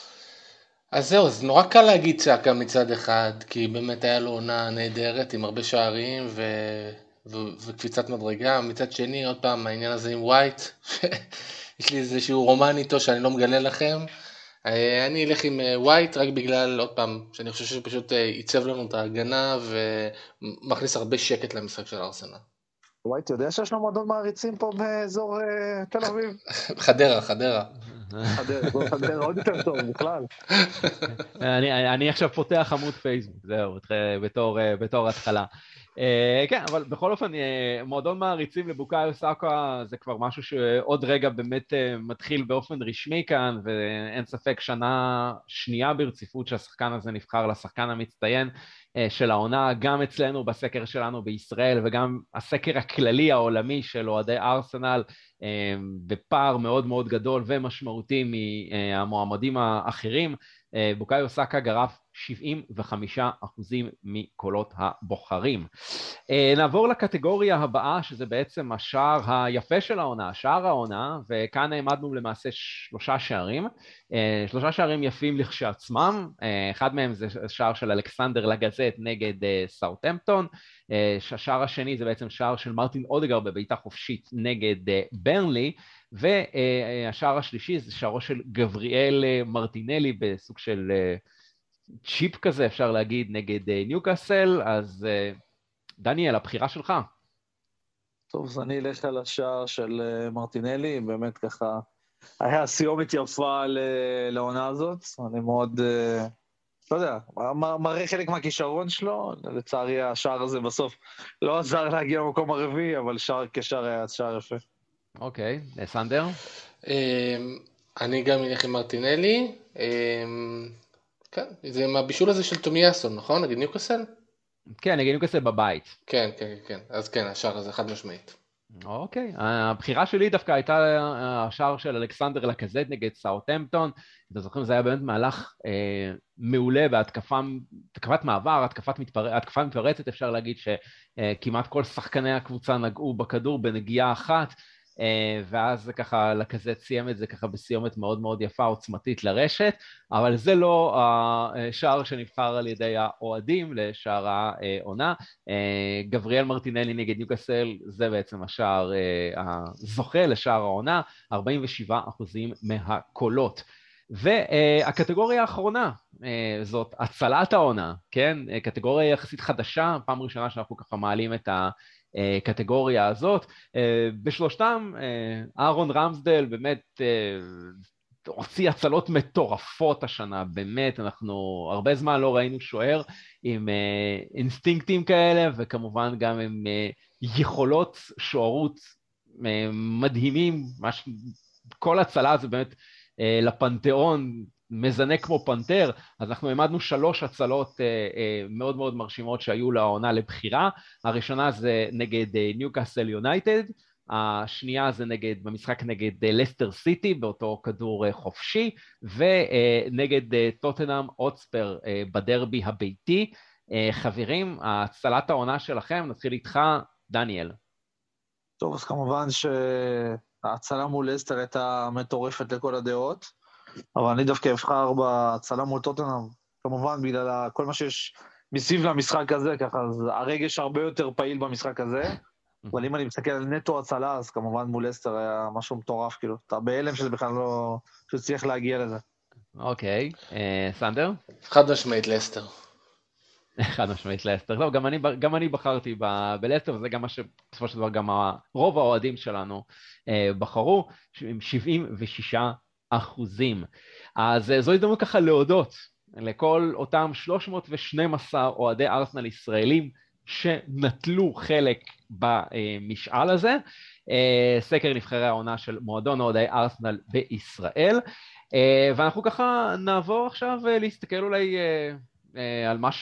אז זהו, אז נורא קל להגיד סאקה מצד אחד, כי באמת היה לו עונה נהדרת עם הרבה שערים ו... ו... וקפיצת מדרגה. מצד שני, עוד פעם, העניין הזה עם ווייט, יש לי איזשהו רומן איתו שאני לא מגלה לכם. אני אלך עם ווייט רק בגלל, עוד פעם, שאני חושב שפשוט ייצב לנו את ההגנה ומכניס הרבה שקט למשחק של ארסנל. ווייט, יודע שיש לנו מועדון מעריצים פה באזור תל אביב? חדרה, חדרה. חדרה, עוד יותר טוב בכלל. אני עכשיו פותח עמוד פייסבוק, זהו, בתור התחלה. כן, אבל בכל אופן, מועדון מעריצים לבוקאיו סאקה זה כבר משהו שעוד רגע באמת מתחיל באופן רשמי כאן, ואין ספק שנה שנייה ברציפות שהשחקן הזה נבחר לשחקן המצטיין של העונה, גם אצלנו בסקר שלנו בישראל, וגם הסקר הכללי העולמי של אוהדי ארסנל, בפער מאוד מאוד גדול ומשמעותי מהמועמדים האחרים. בוקאיו סאקה גרף שבעים וחמישה אחוזים מקולות הבוחרים. נעבור לקטגוריה הבאה, שזה בעצם השער היפה של העונה, שער העונה, וכאן העמדנו למעשה שלושה שערים, שלושה שערים יפים לכשעצמם, אחד מהם זה שער של אלכסנדר לגזט נגד סאות'המפטון, השער השני זה בעצם שער של מרטין אודגר בביתה חופשית נגד ברנלי, והשער השלישי זה שערו של גבריאל מרטינלי בסוג של צ'יפ כזה, אפשר להגיד, נגד ניוקאסל. אז דניאל, הבחירה שלך. טוב, אז אני אלך על השער של מרטינלי, באמת ככה, היה סיומת יפה לעונה הזאת, אני מאוד, לא יודע, מראה חלק מהכישרון שלו, לצערי השער הזה בסוף לא עזר להגיע למקום הרביעי, אבל שער כשער היה שער יפה. אוקיי, סנדר? אני גם אלך עם מרטינלי, כן, זה מהבישול הזה של תומיאסון, נכון? נגד ניוקאסל? כן, נגד ניוקאסל בבית. כן, כן, כן, אז כן, השער הזה חד משמעית. אוקיי, הבחירה שלי דווקא הייתה השער של אלכסנדר לקזט נגד סאות'המפטון. אתם זוכרים, זה היה באמת מהלך אה, מעולה בהתקפת מעבר, התקפת מתפר... התקפה מתפרצת, אפשר להגיד שכמעט כל שחקני הקבוצה נגעו בכדור בנגיעה אחת, אה, ואז ככה לקזט סיים את זה ככה בסיומת מאוד מאוד יפה, עוצמתית לרשת, אבל זה לא השער שנבחר על ידי האוהדים לשער העונה. גבריאל מרטינלי נגד ניוקאסל, זה בעצם השער הזוכה לשער העונה, ארבעים ושבעה אחוזים מהקולות. והקטגוריה האחרונה, זאת הצלת העונה, כן? קטגוריה יחסית חדשה, פעם ראשונה שאנחנו ככה מעלים את הקטגוריה הזאת. בשלושתם, אהרון רמסדל באמת הוציא הצלות מטורפות השנה, באמת, אנחנו הרבה זמן לא ראינו שוער עם uh, אינסטינקטים כאלה, וכמובן גם עם uh, יכולות שוערות uh, מדהימים, מש... כל הצלה זה באמת uh, לפנתיאון, מזנק כמו פנתר, אז אנחנו העמדנו שלוש הצלות uh, uh, מאוד מאוד מרשימות שהיו לעונה לבחירה. הראשונה זה נגד ניוקאסל יונייטד, השנייה זה נגד, במשחק נגד לסטר סיטי, באותו כדור חופשי, ונגד טוטנהאם הוטספר בדרבי הביתי. חברים, הצלת העונה שלכם, נתחיל איתך, דניאל. טוב, אז כמובן שההצלה מול לסטר הייתה מטורפת לכל הדעות, אבל אני דווקא אבחר בהצלה מול טוטנהאם, כמובן בגלל כל מה שיש מסביב למשחק הזה, ככה, אז הרגש הרבה יותר פעיל במשחק הזה, אבל אם אני מסתכל על נטו הצלה, אז כמובן מול לסטר היה משהו מטורף, כאילו, אתה בהלם שזה בכלל לא, שצריך להגיע לזה. אוקיי, סנדר? חד משמעית לסטר. חד משמעית לסטר. טוב, גם אני, גם אני בחרתי בלסטר, וזה גם מה שבסופו של דבר גם רוב האוהדים שלנו בחרו, עם שבעים ושישה אחוזים. אז זו הזדמנות ככה להודות לכל אותם שלוש מאות ושתים עשרה אוהדי ארסנל ישראלים, שנטלו חלק במשאל הזה, סקר נבחרי העונה של מועדון אוהדי ארסנל בישראל, ואנחנו ככה נעבור עכשיו להסתכל אולי על מה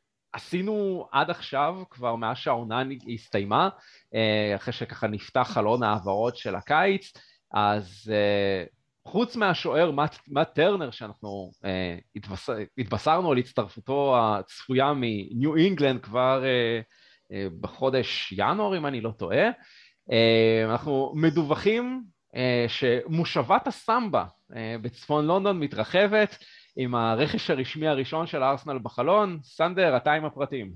שעשינו עד עכשיו, כבר מאז שהעונה הסתיימה, אחרי שככה נפתח חלון העברות של הקיץ. אז חוץ מהשוער מאט טרנר, שאנחנו אה, התבשר, התבשרנו על הצטרפותו הצפויה מניו אינגלנד כבר אה, אה, בחודש ינואר, אם אני לא טועה, אה, אנחנו מדווחים אה, שמושבת הסמבה אה, בצפון לונדון מתרחבת, עם הרכש הרשמי הראשון של ארסנל בחלון. סנדר, אתה עם הפרטים.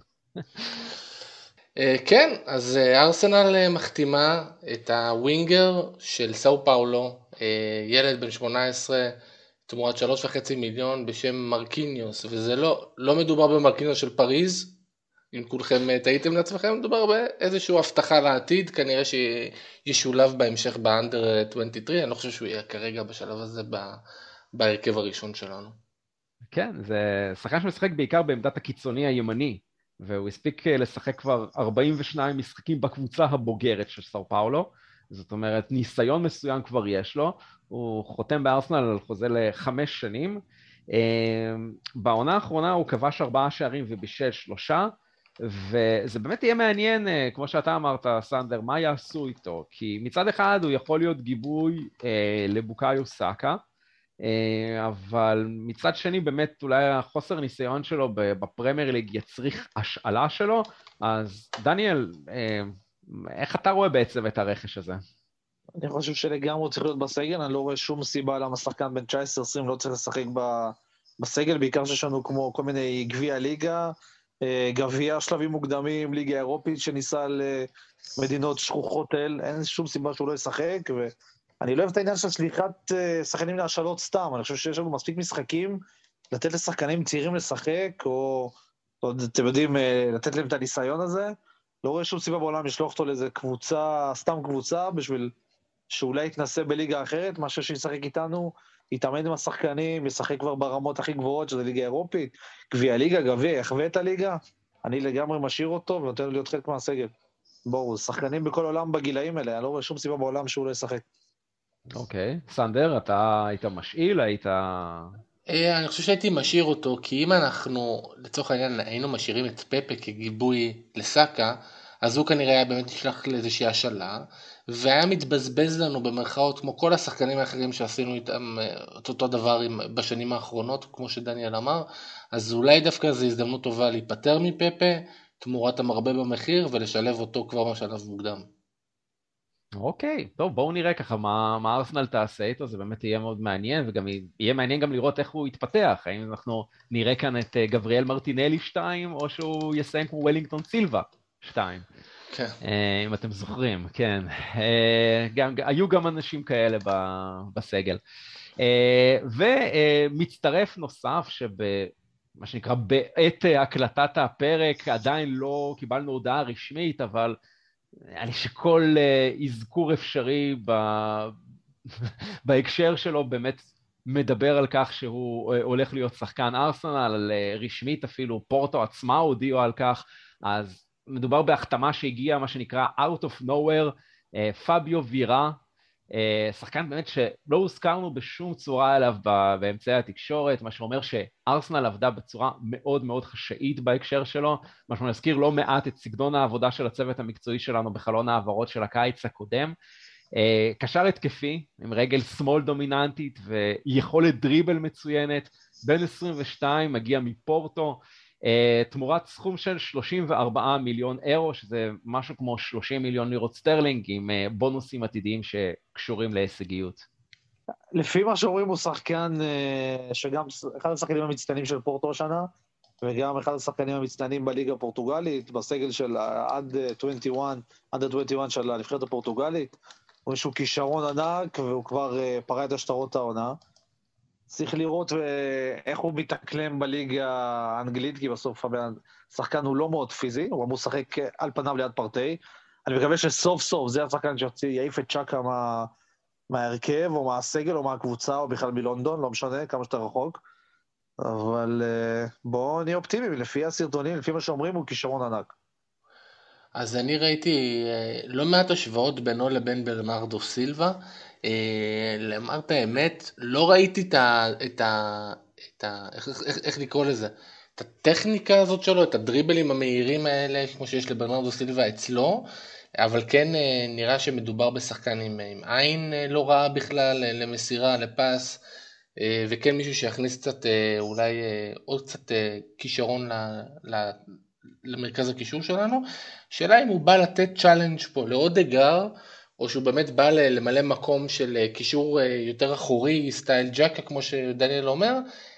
כן, אז ארסנל מחתימה את הווינגר של סאו פאולו, ילד בן שמונה עשרה, תמורת שלוש וחצי מיליון בשם מרקיניוס, וזה לא, לא מדובר במרקיניוס של פריז, אם כולכם טעיתם לעצמכם, מדובר באיזשהו הבטחה לעתיד, כנראה שישולב בהמשך באנדר עשרים ושלוש, אני לא חושב שהוא יהיה כרגע בשלב הזה בהרכב הראשון שלנו. כן, זה שחקן שמשחק בעיקר בעמדת הקיצוני הימני, והוא הספיק לשחק כבר ארבעים ושניים משחקים בקבוצה הבוגרת של סאו פאולו, זאת אומרת, ניסיון מסוים כבר יש לו, הוא חותם בארסנל על חוזה לחמש שנים, בעונה האחרונה הוא כבש ארבעה שערים ובישל שלושה, וזה באמת יהיה מעניין, כמו שאתה אמרת, סנדר, מה יעשו איתו, כי מצד אחד הוא יכול להיות גיבוי לבוקאיו סאקה, אבל מצד שני באמת אולי החוסר ניסיון שלו בפרמייר ליג יצריך השאלה שלו. אז דניאל, איך אתה רואה בעצם את הרכש הזה? אני חושב שלגמרי צריך להיות בסגל, אני לא רואה שום סיבה למה שחקן בין תשע עשרה עשרים לא צריך לשחק בסגל, בעיקר שיש לנו כמו כל מיני גביע ליגה, גביע שלבים מוקדמים, ליגה אירופית שניסה למדינות שכוחות אל, אין שום סיבה שהוא לא ישחק, ו... אני לא אוהב את העניין של שליחת שחקנים להשאלות סתם, אני חושב שיש לנו מספיק משחקים לתת לשחקנים צעירים לשחק, או, או אתם יודעים, לתת להם את הניסיון הזה, לא רואה שום סיבה בעולם לשלוח אותו לאיזה קבוצה, סתם קבוצה, בשביל שאולי יתנסה בליגה אחרת, משהו שישחק איתנו, יתאמן עם השחקנים, ישחק כבר ברמות הכי גבוהות, שזה ליגה אירופית, גביע ליגה, גביע, יחווה את הליגה, אני לגמרי משאיר אותו, ונותן להיות חלק מהסגל. בואו, שחקנים בכל עולם בגילאים האלה, אני לא רואה שום סיבה בעולם שהוא לא ישחק. אוקיי, סנדר, אתה היית משאיל, היית... אני חושב שהייתי משאיר אותו, כי אם אנחנו, לצורך העניין, היינו משאירים את פפה כגיבוי לסאקה, אז הוא כנראה היה באמת נשלח לאיזושהי השאלה, והיה מתבזבז לנו במרכאות כמו כל השחקנים האחרים שעשינו איתם את אותו דבר בשנים האחרונות, כמו שדניאל אמר, אז אולי דווקא זו הזדמנות טובה להיפטר מפפה, תמורת המרבה במחיר, ולשלב אותו כבר בשלב מוקדם. אוקיי, טוב, בואו נראה ככה מה, מה ארסנל תעשה איתו, זה באמת יהיה מאוד מעניין, וגם יהיה מעניין גם לראות איך הוא יתפתח, האם אנחנו נראה כאן את גבריאל מרטינלי שתיים, או שהוא יסיים כמו וולינגטון סילבה שתיים. כן. אם אתם זוכרים, כן. גם, היו גם אנשים כאלה בסגל. ומצטרף נוסף שבמה שנקרא בעת הקלטת הפרק, עדיין לא קיבלנו הודעה רשמית, אבל אני שכל אזכור אפשרי בהקשר שלו באמת מדבר על כך שהוא הולך להיות שחקן ארסנל, רשמית אפילו פורטו עצמה הודיעו על כך, אז מדובר בהחתמה שהגיעה, מה שנקרא out of nowhere, פאביו וירה, שחקן באמת שלא הוזכרנו בשום צורה עליו באמצעי התקשורת, מה שאומר שארסנל עבדה בצורה מאוד מאוד חשאית בהקשר שלו, מה שנזכיר לא מעט את סגנון העבודה של הצוות המקצועי שלנו בחלון העברות של הקיץ הקודם, קשר התקפי עם רגל שמאל דומיננטית ויכולת דריבל מצוינת, בן עשרים ושתיים, מגיע מפורטו, תמורת סכום של שלושים וארבעה מיליון אירו, שזה משהו כמו שלושים מיליון לירות סטרלינג, עם בונוסים עתידיים שקשורים להישגיות. לפי מה שאומרים הוא שחקן, שגם אחד השחקנים המצטיינים של פורטו השנה, וגם אחד השחקנים המצטיינים בליגה הפורטוגלית, בסגל של עד עשרים ואחת, עד עשרים ואחת של הנבחרת הפורטוגלית, הוא איזשהו כישרון ענק, והוא כבר פרע את השטרות העונה. צריך לראות איך הוא מתאקלם בליגה האנגלית, כי בסוף השחקן הוא לא מאוד פיזי, הוא אמור לשחק על פניו ליד פרטי. אני מקווה שסוף סוף זה השחקן שיעיף את צ'קה מה, מהרכב, או מהסגל, או מהקבוצה, או בכלל מלונדון, לא משנה, כמה שאתה רחוק. אבל בואו נהיה אופטימיים, לפי הסרטונים, לפי מה שאומרים, הוא כישרון ענק. אז אני ראיתי לא מעט השוואות בינו לבין ברנרדו סילבה, למר את האמת, לא ראיתי את ה... את ה... את ה... איך, איך, איך לקרוא לזה? את הטכניקה הזאת שלו, את הדריבלים המהירים האלה, כמו שיש לברנרדו סילבה אצלו, אבל כן נראה שמדובר בשחקן עם, עם עין לא רעה בכלל, למסירה, לפס, וכן מישהו שיכניס קצת, אולי עוד קצת כישרון ל... ל... למרכז הקישור שלנו. שאלה אם הוא בא לתת צ'אלנג' פה לאודגר, או שהוא באמת בא למלא מקום של קישור יותר אחורי, סטייל ג'קה, כמו שדניאל אומר.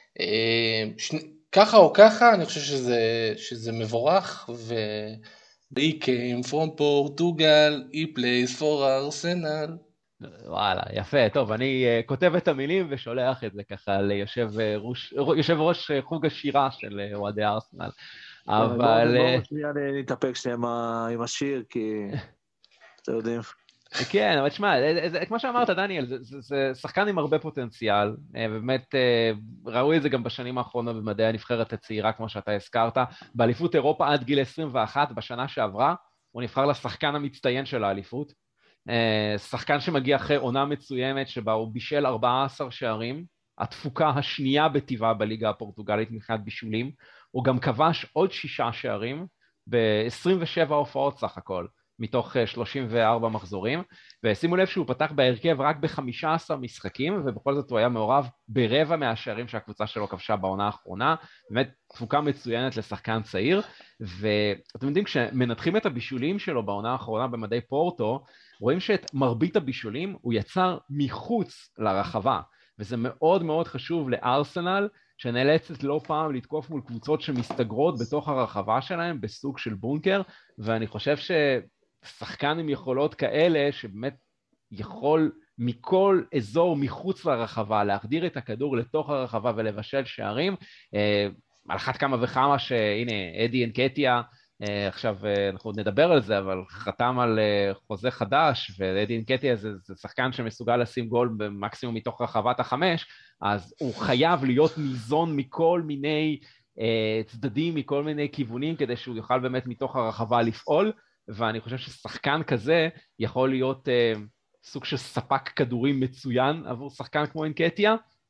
ככה או ככה, אני חושב שזה, שזה מבורך, ו... He came from Portugal, he plays for Arsenal. וואלה, יפה, טוב, אני כותב את המילים ושולח את זה ככה ליושב ראש, יושב ראש חוג השירה של אוהדי ארסנל. אבל... בואו שנייה נתאפק שנייה עם השיר, כי אתם יודעים. כן, אבל תשמע, כמו שאמרת, דניאל, זה, זה, זה שחקן עם הרבה פוטנציאל, ובאמת ראו את זה גם בשנים האחרונות במדעי הנבחרת הצעירה, כמו שאתה הזכרת, באליפות אירופה עד גיל עשרים ואחת, בשנה שעברה, הוא נבחר לשחקן המצטיין של האליפות, שחקן שמגיע אחרי עונה מצוימת, שבה הוא בישל ארבעה עשר שערים, התפוקה השנייה בטבעה בליגה הפורטוגלית מבחינת בישולים, הוא גם כבש עוד שישה שערים, ב-עשרים ושבע הופעות סך הכל, מתוך שלושים וארבע מחזורים, ושימו לב שהוא פתח בהרכב רק ב-חמישה עשר משחקים, ובכל זאת הוא היה מעורב ברבע מהשערים שהקבוצה שלו כבשה בעונה האחרונה, באמת תפוקה מצוינת לשחקן צעיר, ואתם יודעים, כשמנתחים את הבישולים שלו בעונה האחרונה במדי פורטו, רואים שאת מרבית הבישולים הוא יצר מחוץ לרחבה, וזה מאוד מאוד חשוב לארסנל, שנאלצת לא פעם לתקוף מול קבוצות שמסתגרות בתוך הרחבה שלהם בסוג של בונקר, ואני חושב ששחקן עם יכולות כאלה, שבאמת יכול מכל אזור מחוץ לרחבה, להחדיר את הכדור לתוך הרחבה ולבשל שערים, על אחת כמה וכמה שהנה אדי אנקטיה, עכשיו אנחנו נדבר על זה, אבל חתם על חוזה חדש, ואדי אנקטיה זה, זה שחקן שמסוגל לשים גול במקסימום מתוך רחבת החמש, אז הוא חייב להיות ניזון מכל מיני אה, צדדים, מכל מיני כיוונים, כדי שהוא יוכל באמת מתוך הרחבה לפעול, ואני חושב ששחקן כזה יכול להיות אה, סוג של ספק כדורים מצוין עבור שחקן כמו אנקטיה,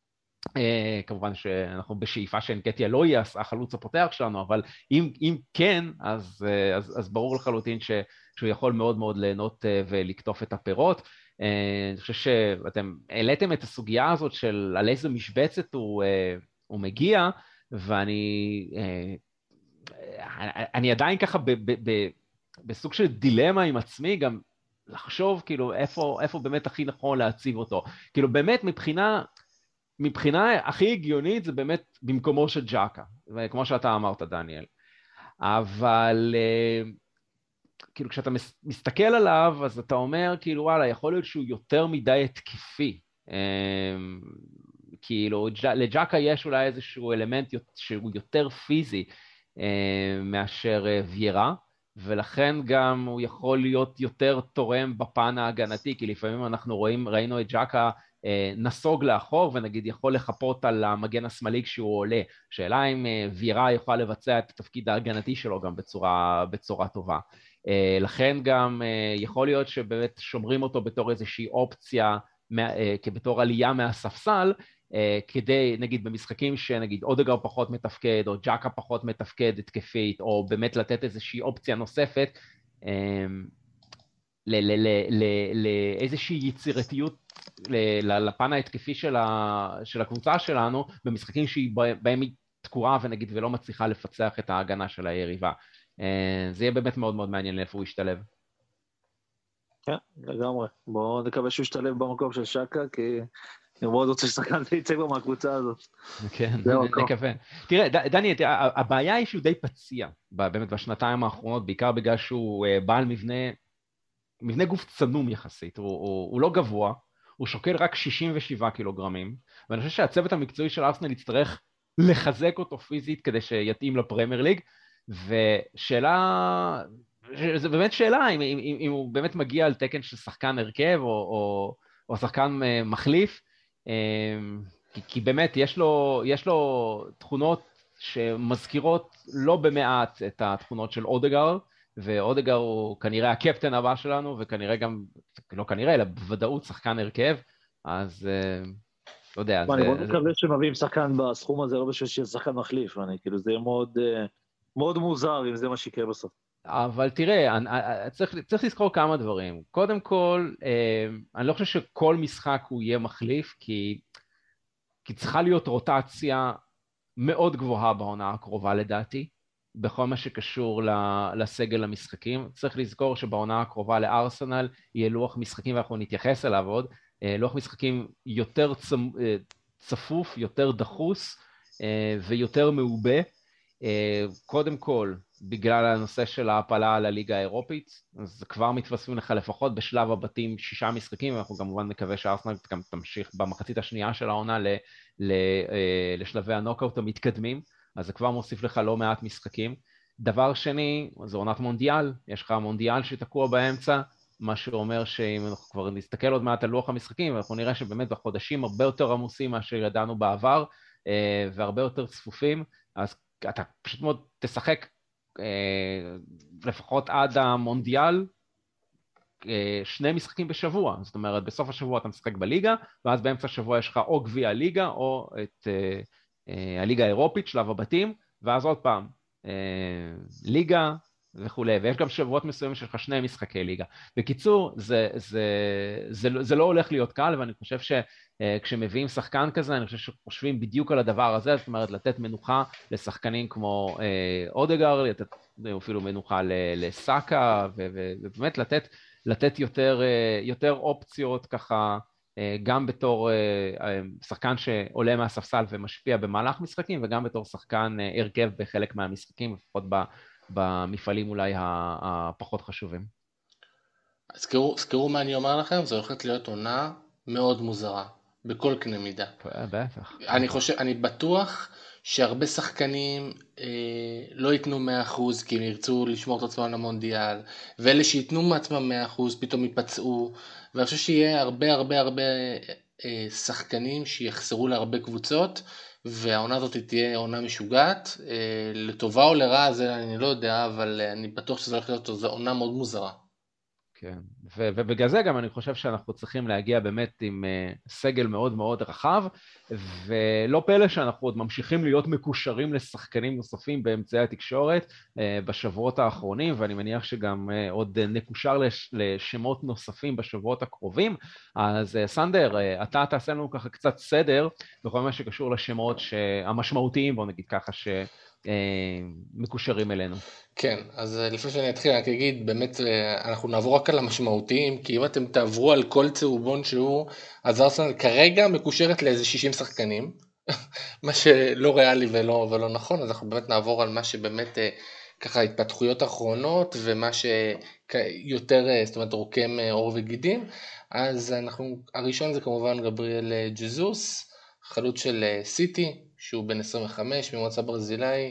Uh, כמובן שאנחנו בשאיפה שאנקטיה לא יהיה החלוץ הפותח שלנו, אבל אם, אם כן, אז, uh, אז, אז ברור לחלוטין ש, שהוא יכול מאוד מאוד ליהנות uh, ולקטוף את הפירות. Uh, אני חושב שאתם העליתם את הסוגיה הזאת של על איזה משבצת הוא, uh, הוא מגיע, ואני uh, אני עדיין ככה ב, ב, ב, בסוג של דילמה עם עצמי, גם לחשוב כאילו איפה, איפה באמת הכי נכון להציב אותו. כאילו באמת מבחינה... מבחינה הכי הגיונית זה באמת במקומו של ג'קה, כמו שאתה אמרת, דניאל. אבל כאילו כשאתה מסתכל עליו, אז אתה אומר, כאילו וואלה, יכול להיות שהוא יותר מדי התקפי. כאילו לג'קה יש אולי איזשהו אלמנט שהוא יותר פיזי מאשר ויירה, ולכן גם הוא יכול להיות יותר תורם בפן ההגנתי, כי לפעמים אנחנו רואים, ראינו את ג'קה נסוג לאחור, ונגיד יכול לחפות על המגן השמאלי כשהוא עולה. שאלה אם ויירה יכולה לבצע את התפקיד ההגנתי שלו גם בצורה, בצורה טובה. לכן גם יכול להיות שבאמת שומרים אותו בתור איזושהי אופציה, כבתור עלייה מהספסל, כדי, נגיד, במשחקים שנגיד אודגר פחות מתפקד, או ג'קה פחות מתפקד התקפית, או באמת לתת איזושהי אופציה נוספת, לאיזושהי יצירתיות לפן ההתקפי של הקבוצה שלנו, במשחקים שבהם היא תקועה ונגיד ולא מצליחה לפצח את ההגנה של היריבה. זה יהיה באמת מאוד מאוד מעניין לאיפה הוא ישתלב. כן, לגמרי. בואו נקווה שהוא ישתלב במקום של שקה, כי אני מאוד רוצה ששחקן יצא כבר מהקבוצה הזאת. כן, נקווה. תראה, דני, הבעיה היא שהוא די פציע, באמת בשנתיים האחרונות, בעיקר בגלל שהוא בעל מבנה, מבנה גוף צנום יחסית, הוא, הוא, הוא לא גבוה, הוא שוקל רק שישים ושבעה קילוגרמים, ואני חושב שהצוות המקצועי של ארסנל יצטרך לחזק אותו פיזית כדי שיתאים לפרמייר ליג, ושאלה, זה באמת שאלה, אם, אם, אם הוא באמת מגיע על תקן של שחקן הרכב, או, או, או שחקן מחליף, כי, כי באמת יש לו, יש לו תכונות שמזכירות לא במעט את התכונות של אודגר, ואודגר הוא כנראה הקפטן הבא שלנו, וכנראה גם, לא כנראה, אלא בוודאות שחקן הרכב, אז לא יודע. אני מאוד מקווה שמביאים שחקן בסכום הזה, לא בשביל שיהיה שחקן מחליף, כאילו זה יהיה מאוד, מאוד מוזר אם זה מה שיקרה בסוף. אבל תראה, אני, צריך, צריך לזכור כמה דברים. קודם כל, אני לא חושב שכל משחק הוא יהיה מחליף, כי, כי צריכה להיות רוטציה מאוד גבוהה בעונה הקרובה לדעתי, בכל מה שקשור לסגל המשחקים. צריך לזכור שבעונה הקרובה לארסנל יהיה לוח משחקים, ואנחנו נתייחס אליו עוד, לוח משחקים יותר צפוף, יותר דחוס ויותר מעובה. קודם כל, בגלל הנושא של ההפלה על הליגה האירופית, אז כבר מתווספים לך לפחות בשלב הבתים שישה משחקים, ואנחנו כמובן מקווה שארסנל גם תמשיך במחצית השנייה של העונה ל, ל, לשלבי הנוקאוט המתקדמים, אז זה כבר מוסיף לך לא מעט משחקים. דבר שני, זה עונת מונדיאל, יש לך מונדיאל שתקוע באמצע, מה שאומר שאם אנחנו כבר נסתכל עוד מעט על לוח המשחקים, אנחנו נראה שבאמת בחודשים הרבה יותר עמוסים מאשר ידענו בעבר, והרבה יותר צפופים, אז אתה פשוט מאוד תשחק לפחות עד המונדיאל שני משחקים בשבוע, זאת אומרת בסוף השבוע אתה משחק בליגה, ואז באמצע השבוע יש לך או גביע הליגה או את הליגה האירופית, שלב הבתים, ואז עוד פעם ליגה וכו', ויש גם שבועות מסוימים שיש לך שני משחקי ליגה. בקיצור, זה, זה, זה, זה לא הולך להיות קל, ואני חושב שכשמביאים שחקן כזה, אני חושב שחושבים בדיוק על הדבר הזה, זאת אומרת, לתת מנוחה לשחקנים כמו אודגר, לתת אפילו מנוחה לסאקה, ובאמת לתת, לתת יותר, יותר אופציות ככה, גם בתור שחקן שעולה מהספסל ומשפיע במהלך משחקים, וגם בתור שחקן הרכב בחלק מהמשחקים, לפחות במפעלים אולי הפחות חשובים. זכרו מה אני אומר לכם, זו הולכת להיות עונה מאוד מוזרה, בכל קנה מידה. בטח. אני חושב, אני בטוח שהרבה שחקנים אה, לא ייתנו מאה אחוז, כי הם ירצו לשמור את עצמם למונדיאל, ואלה שיתנו מעצמם מאה אחוז פתאום ייפצעו, ואני חושב שיהיה הרבה הרבה הרבה אה, שחקנים שיחסרו להרבה קבוצות, והעונה הזאת תהיה עונה משוגעת, אה, לטובה או לרעה, זה אני לא יודע, אבל אני בטוח שזה הולך להיות, זו עונה מאוד מוזרה. כן, ו- ובגלל זה גם אני חושב שאנחנו צריכים להגיע באמת עם uh, סגל מאוד מאוד רחב, ולא פלא שאנחנו עוד ממשיכים להיות מקושרים לשחקנים נוספים באמצעי התקשורת uh, בשבועות האחרונים, ואני מניח שגם uh, עוד uh, נקושר לש- לשמות נוספים בשבועות הקרובים. אז uh, סנדר, uh, אתה תעשה לנו ככה קצת סדר בכל מה שקשור לשמות המשמעותיים, בוא נגיד ככה, שמקושרים אלינו. כן, אז לפני שאני אתחיל, אני אגיד, באמת, אנחנו נעבור רק על המשמעותיים, כי אם אתם תעברו על כל צהובון שהוא, אז ארסנל כרגע מקושרת לאיזה שישים שחקנים, מה שלא ריאלי ולא, ולא נכון, אז אנחנו באמת נעבור על מה שבאמת ככה התפתחויות אחרונות, ומה שיותר, זאת אומרת, רוקם עור וגידים. אז אנחנו, הראשון זה כמובן גבריאל ג'זוס, חלוץ של סיטי, שהוא בן עשרים וחמש, ממוצא ברזילאי,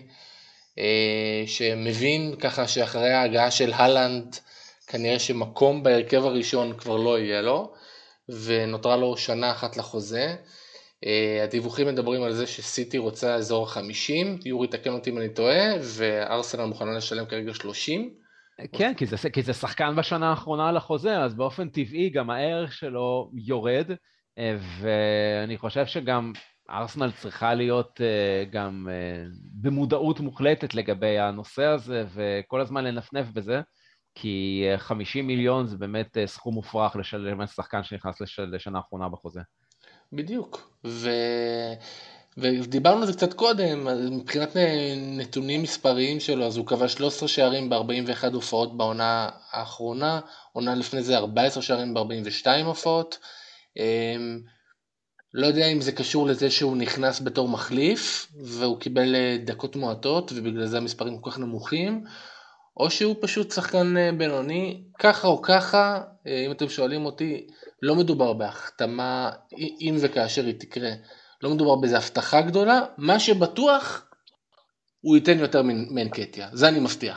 שמבין ככה שאחרי ההגעה של הלנד כנראה שמקום בהרכב הראשון כבר לא יהיה לו, ונותרה לו שנה אחת לחוזה. הדיווחים מדברים על זה שסיטי רוצה אזור חמישים, יורי תקן אותי אם אני טועה, וארסנל מוכנה לשלם כרגע שלושים. כן, כי זה, כי זה שחקן בשנה האחרונה על החוזה, אז באופן טבעי גם הערך שלו יורד, ואני חושב שגם ארסנל צריכה להיות גם במודעות מוחלטת לגבי הנושא הזה, וכל הזמן לנפנף בזה, כי חמישים מיליון זה באמת סכום מופרך לשלם שחקן שנכנס לשנה האחרונה בחוזה. בדיוק, ו... ודיברנו על זה קצת קודם, מבחינת נתונים מספריים שלו, אז הוא קבע שלושה עשר שערים ב-ארבעים ואחת הופעות בעונה האחרונה, עונה לפני זה ארבע עשרה שערים ב-ארבעים ושתיים הופעות. לא יודע אם זה קשור לזה שהוא נכנס בתור מחליף, והוא קיבל דקות מועטות, ובגלל זה המספרים כל כך נמוכים, או שהוא פשוט שחקן בינוני, ככה או ככה, אם אתם שואלים אותי, לא מדובר בהחתמה, אם וכאשר היא תקרה, לא מדובר באיזו הבטחה גדולה, מה שבטוח, הוא ייתן יותר מאנקטיה, זה אני מבטיח.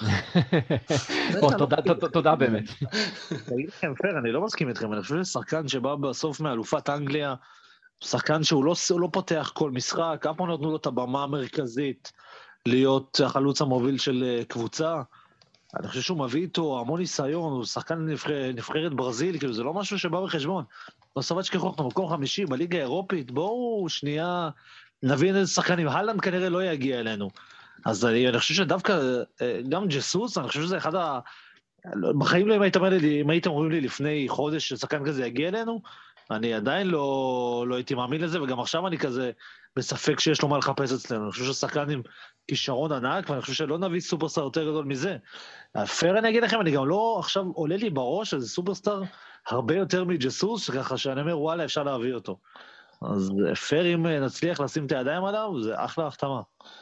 תודה באמת. תגיד לכם פייר, אני לא מסכים איתכם, אני חושב ששחקן שבא בסוף מאלופת אנגליה, שחקן שהוא לא, לא פותח כל משחק, אף פעם נתנו לו את הבמה המרכזית להיות החלוץ המוביל של קבוצה. אני חושב שהוא מביא איתו המון ניסיון, הוא שחקן נבחר, נבחרת ברזיל, כאילו זה לא משהו שבא בחשבון. לא סבבה שכחו, אנחנו מקום חמישי בליגה האירופית, בואו שנייה נבין איזה שחקנים, הלנד כנראה לא יגיע אלינו. אז אני, אני חושב שדווקא, גם ג'סוס, אני חושב שזה אחד ה... בחיים לא אם הייתם, אם הייתם אומרים לי לפני חודש ששחקן כזה יגיע אלינו, אני עדיין לא, לא הייתי מאמין לזה, וגם עכשיו אני כזה בספק שיש לו מה לחפש אצלנו. אני חושב ששחקן עם כישרון ענק, ואני חושב שלא נביא סופרסטאר יותר גדול מזה. פייר אני אגיד לכם, אני גם לא עכשיו עולה לי בראש איזה סופרסטאר הרבה יותר מג'סוס, ככה שאני אומר וואלה אפשר להביא אותו. אז פייר אם נצליח לשים את הידיים עליו, זה אחלה החתמה.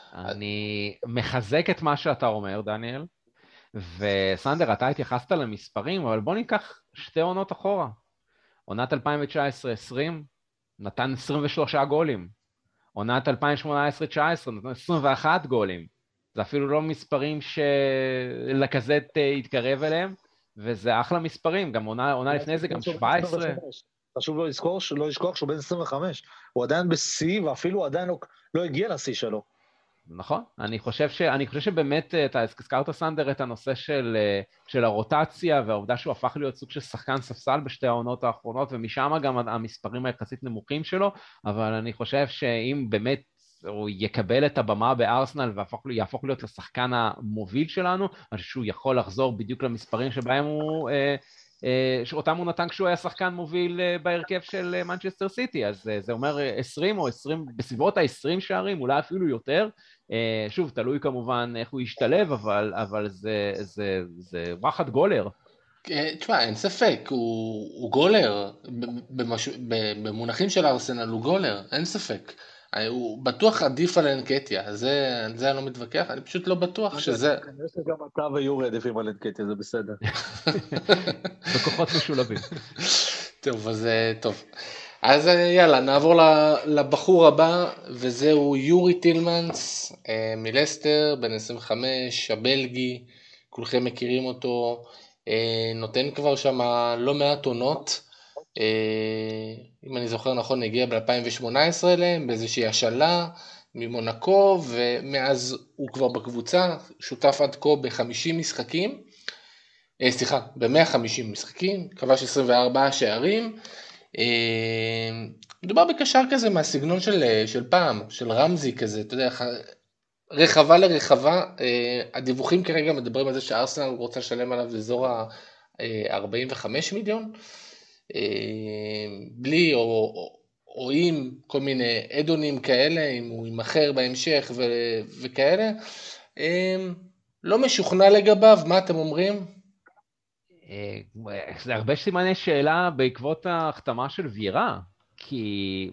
אני מחזק את מה שאתה אומר, דניאל, וסנדר, אתה התייחסת למספרים, אבל בוא ניקח שתי עונות אחורה. עונת אלפיים תשע עשרה עשרים נתן עשרים ושלושה גולים. עונת אלפיים שמונה עשרה תשע עשרה נתן עשרים ואחת גולים. זה אפילו לא מספרים שלקזט התקרב אליהם, וזה אחלה מספרים. גם עונה, עונה לפני זה גם שבע עשרה. חשוב לא לזכור, לא לשכוח שהוא בן עשרים וחמש. הוא עדיין בשיא, ואפילו עדיין לא, לא הגיע לשיא שלו. נכון, אני חושב, ש... אני חושב שבאמת אתה הזכרת סנדר את הנושא של, של הרוטציה והעובדה שהוא הפך להיות סוג של שחקן ספסל בשתי העונות האחרונות, ומשם גם המספרים היחסית נמוכים שלו, אבל אני חושב שאם באמת הוא יקבל את הבמה בארסנל ויהפוך להיות לשחקן המוביל שלנו, אני חושב שהוא יכול לחזור בדיוק למספרים שבהם הוא... שאותם הוא נתן כשהוא היה שחקן מוביל בהרכב של מנצ'סטר סיטי, אז זה אומר עשרים או עשרים, בסביבות ה-עשרים שערים, אולי אפילו יותר. שוב, תלוי כמובן איך הוא ישתלב, אבל, אבל זה, זה, זה וואחד גולר. תשמע, אין ספק, הוא, הוא גולר, במש... במונחים של ארסנל הוא גולר, אין ספק. הוא בטוח עדיף על אנקטיה, זה, זה אני לא מתווכח, אני פשוט לא בטוח שזה... כנראה שגם אתה ויורי עדיפים על אנקטיה, זה בסדר. בכוחות משולבים. טוב, אז טוב. אז יאללה, נעבור לבחור הבא, וזהו יורי טילמנס מלסטר, בן עשרים וחמש, הבלגי, כולכם מכירים אותו, נותן כבר שם לא מעט עונות, אם אני זוכר נכון, הגיע ב-אלפיים שמונה עשרה אליהם, באיזושהי השאלה ממונקו, ומאז הוא כבר בקבוצה, שותף עד כה ב-חמישים משחקים, אה, סליחה, ב-מאה וחמישים משחקים, כבש עשרים וארבעה שערים. אה, מדובר בקשר כזה מהסגנון של, של פעם, של רמזי כזה, אתה יודע, רחבה לרחבה. אה, הדיווחים כרגע מדברים על זה שארסנל רוצה לשלם עליו אזור ה-ארבעים וחמישה מיליון, אה, בלי או, או, או עם כל מיני אדונים כאלה, אם הוא יימכר בהמשך ו, וכאלה. אה, לא משוכנע לגביו, מה אתם אומרים? אה, זה הרבה סימני שאלה בעקבות ההחתמה של וירה, כי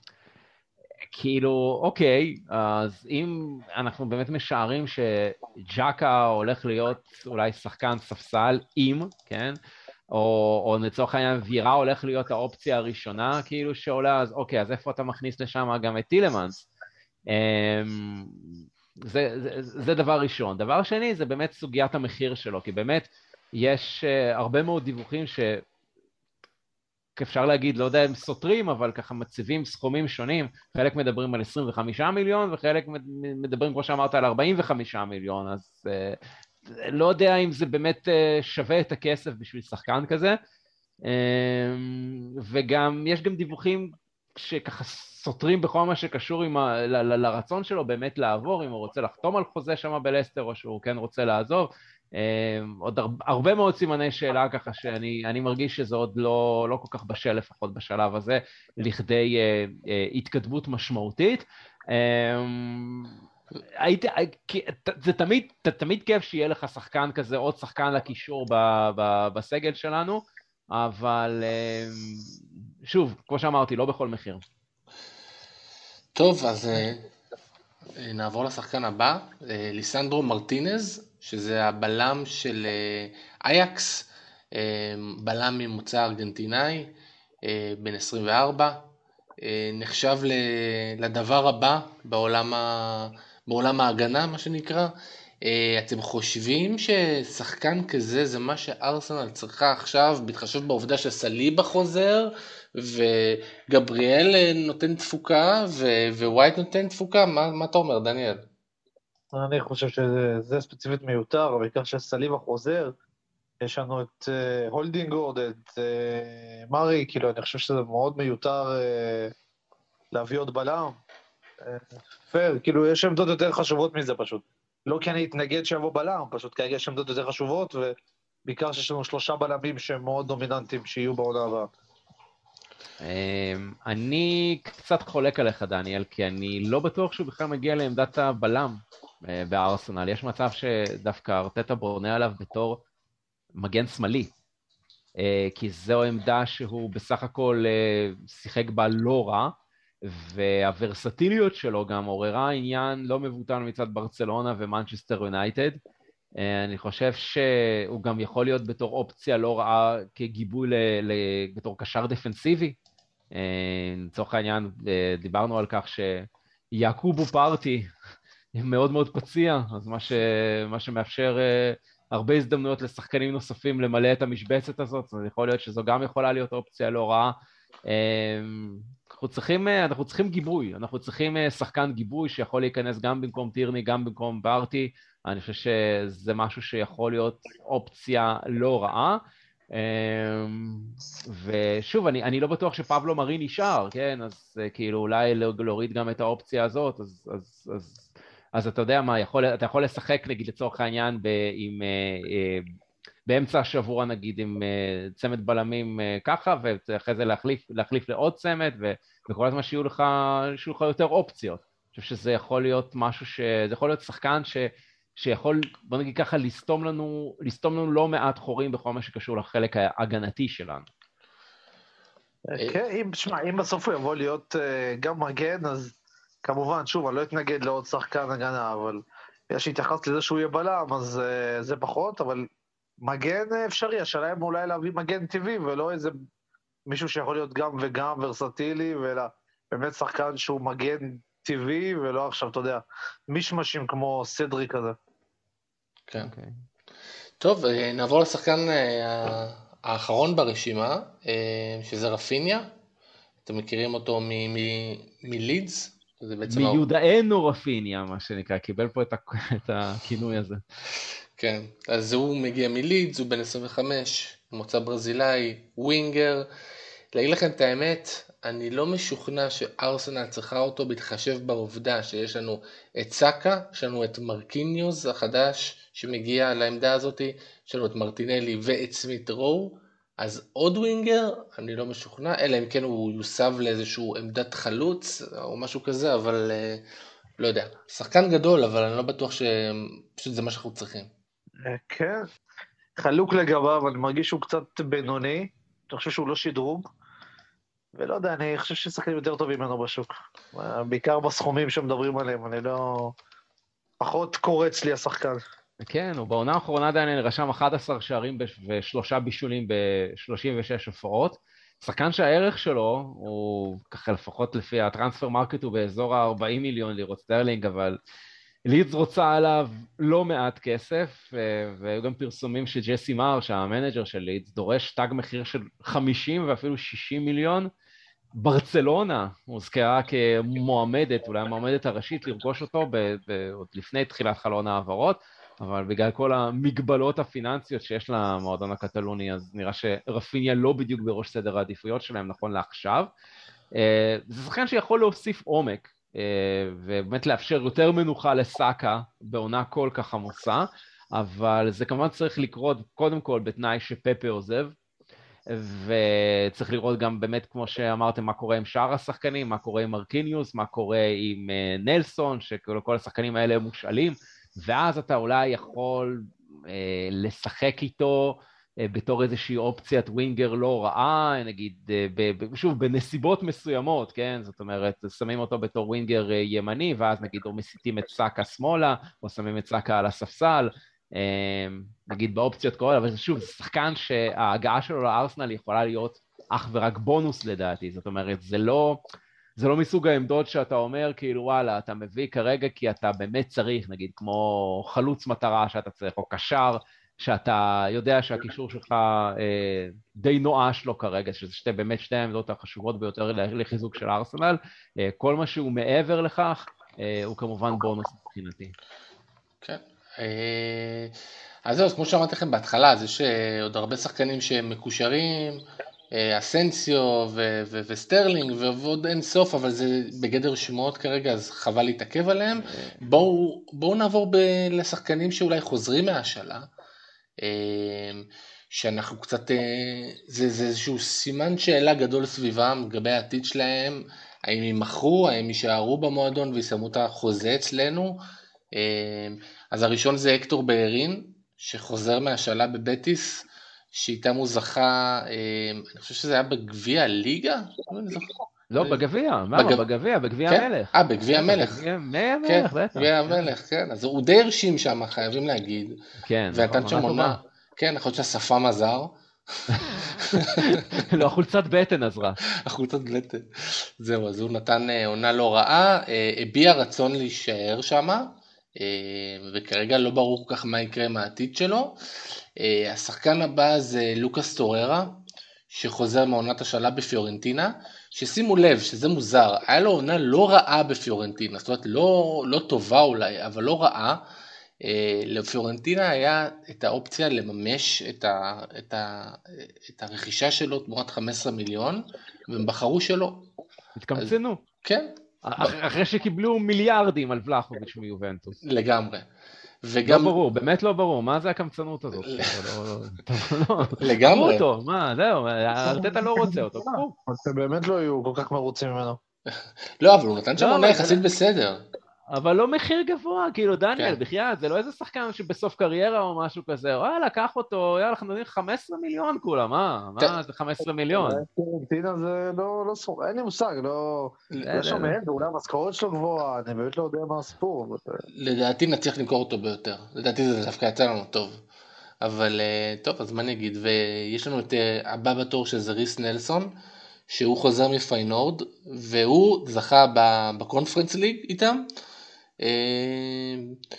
כאילו, אוקיי, אז אם אנחנו באמת משערים שג'קה הולך להיות אולי שחקן ספסל עם, כן? או, או לצורך העניין וירה הולך להיות האופציה הראשונה כאילו שעולה, אז אוקיי, אז איפה אתה מכניס לשם גם את טילמנס? זה, זה, זה דבר ראשון. דבר שני, זה באמת סוגיית המחיר שלו, כי באמת יש uh, הרבה מאוד דיווחים ש... אפשר להגיד, לא יודע אם סותרים, אבל ככה מציבים סכומים שונים, חלק מדברים על עשרים וחמישה מיליון, וחלק מדברים, כמו שאמרת, על ארבעים וחמישה מיליון, אז uh, לא יודע אם זה באמת uh, שווה את הכסף בשביל שחקן כזה, um, וגם, יש גם דיווחים שככה סותרים בכל מה שקשור עם ה, ל, ל, לרצון שלו באמת לעבור, אם הוא רוצה לחתום על חוזה שם בלסטר, או שהוא כן רוצה לעזוב, עוד הרבה מאוד סימני שאלה ככה שאני אני מרגיש שזה עוד לא, לא כל כך בשל לפחות בשלב הזה לכדי uh, uh, התקדמות משמעותית. Um, היית, זה תמיד, תמיד כיף שיהיה לך שחקן כזה, עוד שחקן לקישור ב, ב, בסגל שלנו, אבל um, שוב, כמו שאמרתי, לא בכל מחיר. טוב, אז נעבור לשחקן הבא, ליסנדרו מרטינז, שזה הבלם של אייקס, בלם ממוצא ארגנטינאי, בן עשרים וארבע, נחשב לדבר הבא בעולם, ה... בעולם ההגנה, מה שנקרא. אתם חושבים ששחקן כזה זה מה שארסנל צריכה עכשיו, בהתחשב בעובדה שסליבה חוזר, וגבריאל נותן תפוקה, ו... ווייט נותן תפוקה? מה, מה אתה אומר, דניאל? אני חושב שזה ספציפית מיותר, בעיקר שסליבה חוזר, יש לנו את uh, הולדינגורד, את uh, מרי, כאילו אני חושב שזה מאוד מיותר uh, להביא עוד בלם. Uh, פייר, כאילו יש עמדות יותר חשובות מזה פשוט. לא כי אני אתנגד שיבוא בלם, פשוט כרגע יש עמדות יותר חשובות, ובעיקר שיש לנו שלושה בלמים שהם מאוד דומיננטיים שיהיו בעונה הבאה. אני קצת חולק עליך, דניאל, כי אני לא בטוח שהוא בכלל מגיע לעמדת הבלם בארסנל. יש מצב שדווקא ארטטה בונה עליו בתור מגן שמאלי, כי זו עמדה שהוא בסך הכל שיחק בה לא רע, והוורסטיליות שלו גם עוררה עניין לא מבוטל מצד ברצלונה ומנצ'סטר יונייטד. אני חושב שהוא גם יכול להיות בתור אופציה לא רעה כגיבוי ל, ל, בתור קשר דפנסיבי. לצורך העניין דיברנו על כך שיעקובו פארטי מאוד מאוד פציע, אז מה, ש, מה שמאפשר הרבה הזדמנויות לשחקנים נוספים למלא את המשבצת הזאת, אז יכול להיות שזו גם יכולה להיות אופציה לא רעה. אנחנו צריכים, אנחנו צריכים גיבוי, אנחנו צריכים שחקן גיבוי שיכול להיכנס גם במקום טירני, גם במקום פארטי. אני חושב שזה משהו שיכול להיות אופציה לא רעה. ושוב, אני, אני לא בטוח שפבלו מרי נשאר, כן? אז כאילו אולי להוריד גם את האופציה הזאת, אז, אז, אז, אז אתה יודע מה, יכול, אתה יכול לשחק נגיד לצורך העניין ב, עם, באמצע השבוע נגיד עם צמד בלמים ככה, ואחרי זה להחליף, להחליף לעוד צמד, וכל הזמן שיהיו לך, שיהיו לך יותר אופציות. אני חושב שזה יכול להיות משהו ש... זה יכול להיות שחקן ש... שיכול, בוא נגיד ככה, לסתום לנו, לסתום לנו לא מעט חורים בכל מה שקשור לחלק ההגנתי שלנו. כן, אם, שמה, אם בסוף הוא יבוא להיות גם מגן, אז כמובן, שוב, אני לא אתנגד לעוד שחקן הגנה, אבל יש התייחס לזה שהוא יהיה בלם, אז זה פחות, אבל מגן אפשרי, השאלה אם אולי להביא מגן טבעי, ולא איזה מישהו שיכול להיות גם וגם ורסטילי, אלא באמת שחקן שהוא מגן טבעי, ולא עכשיו, אתה יודע, משמשים כמו סדרי כזה. כן. Okay. טוב, נעבור לשחקן האחרון ברשימה, שזה רפיניה. אתם מכירים אותו מלידס, זה בעצם... מיודענו רפיניה, מה שנקרא, קיבל פה את, ה- את הכינוי הזה. כן, אז הוא מגיע מלידס, הוא בן עשרים וחמש, מוצא ברזילאי, ווינגר. להגיד לכם את האמת, אני לא משוכנע שארסנל צריכה אותו בהתחשב בעובדה שיש לנו את סאקה, יש לנו את מרקיניוס החדש שמגיע לעמדה הזאת, יש לנו את מרטינלי ואת סמית רו, אז עוד ווינגר, אני לא משוכנע, אלא אם כן הוא יוסב לאיזשהו עמדת חלוץ או משהו כזה, אבל לא יודע. שחקן גדול, אבל אני לא בטוח שפשוט זה מה שאנחנו צריכים. כן, חלוק לגביו, אני מרגיש שהוא קצת בינוני, אני חושב שהוא לא שדרוג, ולא יודע, אני חושב ששחקנים יותר טובים ממנו בשוק, בעיקר בסכומים שמדברים עליהם, אני לא... פחות קורץ לי השחקן. כן, הוא בעונה האחרונה דניאל רשם אחד עשר שערים ושלושה בישולים ב-שלושים ושש הופעות. שחקן שהערך שלו הוא ככה לפחות לפי הטרנספר מרקט הוא באזור ה-ארבעים מיליון לירות סטרלינג, אבל לידס רוצה עליו לא מעט כסף, והיו גם פרסומים שג'סי מאר, שהמנג'ר של לידס, דורש תג מחיר של חמישים ואפילו שישים מיליון. ברצלונה הוזכרה כמועמדת, אולי המועמדת הראשית לרכוש אותו ב- ב- עוד לפני תחילת חלון העברות, אבל בגלל כל המגבלות הפיננסיות שיש למועדון הקטלוני, אז נראה שרפיניה לא בדיוק בראש סדר העדיפויות שלהם נכון לעכשיו. זה שחקן שיכול להוסיף עומק, ובאמת לאפשר יותר מנוחה לסאקה בעונה כל כך עמוסה, אבל זה כמובן צריך לקרות קודם כל בתנאי שפפה עוזב, וצריך לראות גם באמת, כמו שאמרתם, מה קורה עם שאר השחקנים, מה קורה עם מרקיניוס, מה קורה עם נלסון, שכל השחקנים האלה הם מושאלים, ואז אתה אולי יכול אה, לשחק איתו אה, בתור איזושהי אופציית ווינגר לא רעה, נגיד, אה, ב, ב, שוב, בנסיבות מסוימות, כן? זאת אומרת, שמים אותו בתור ווינגר אה, ימני, ואז נגיד, או מסיטים את סאקה שמאלה, או שמים את סאקה על הספסל, נגיד באופציות כאלה, אבל שוב, זה שחקן שההגעה שלו לארסנל יכולה להיות אך ורק בונוס לדעתי, זאת אומרת, זה לא, זה לא מסוג העמדות שאתה אומר, כאילו וואלה, אתה מביא כרגע כי אתה באמת צריך, נגיד כמו חלוץ מטרה שאתה צריך, או קשר, שאתה יודע שהקישור שלך אה, די נואש לו כרגע, שזה שתי, באמת שתי העמדות החשובות ביותר לחיזוק של ארסנל, אה, כל מה שהוא מעבר לכך, אה, הוא כמובן בונוס מבחינתי. כן. אז זהו, כמו שאמרתי לכם בהתחלה, אז יש עוד הרבה שחקנים שהם מקושרים, אסנסיו ו- ו- וסטרלינג ועוד אין סוף, אבל זה בגדר שמועות כרגע, אז חבל להתעכב עליהם. בואו, בואו נעבור ב- לשחקנים שאולי חוזרים מהשאלה, שאנחנו קצת, זה, זה איזשהו סימן שאלה גדול סביבם, לגבי העתיד שלהם, האם הם מכרו, האם יישארו במועדון ויסיימו את החוזה אצלנו. אז הראשון זה אקטור בארין, שחוזר מהשאלה בבטיס, שאיתם הוא זכה, אני חושב שזה היה בגביע הליגה? לא, בגביע, מה, בגביע, בגביע המלך. אה, בגביע המלך. בגביע המלך, בטח. בגביע המלך, כן. אז הוא די הרשים שם, חייבים להגיד. כן, ונתן שם עונה. כן, יכול להיות שהשפם עזר. לא, החולצת בטן עזרה. החולצת בטן. זהו, אז הוא נתן עונה לא רעה, הביע רצון להישאר שם, וכרגע לא ברור כך מה יקרה עם העתיד שלו. השחקן הבא זה לוקאס טוררה, שחוזר מעונת השאלה בפיורנטינה, ששימו לב שזה מוזר, היה לו עונה לא רעה בפיורנטינה, זאת אומרת לא, לא טובה אולי, אבל לא רעה. לפיורנטינה היה את האופציה לממש את, ה, את, ה, את הרכישה שלו תמורת חמישה עשר מיליון, והם בחרו שלא. התקמצנו. כן. אחרי שקיבלו מיליארדים על ולאחוביץ' מיובנטוס. לגמרי. וגם... לא ברור, באמת לא ברור, מה זה הקמצנות הזאת? לגמרי. קחו אותו, מה, זהו, ארטטה לא רוצה אותו, קחו. אתם באמת לא יהיו כל כך מרוצים ממנו. לא, אבל הוא נתן שם עונה יחסית בסדר. אבל לא מחיר גבוה, כאילו דניאל, בחייאת, זה לא איזה שחקן שבסוף קריירה או משהו כזה, וואלה, קח אותו, יאללה, אנחנו נותנים חמישה עשר מיליון כולה, מה? מה זה חמישה עשר מיליון? פיורנטינה זה לא סכום, אין לי מושג, לא... לא שומע, ואולי המשכורת שלו גבוהה, אני באמת לא יודע מה הסיפור. לדעתי נצליח למכור אותו ביותר, לדעתי זה דווקא יצא לנו טוב. אבל טוב, אז מה נגיד, ויש לנו את הבא בתור שזה ריס נלסון, שהוא חוזר מפיינורד, והוא זכה בקונפרנס ליג איתם,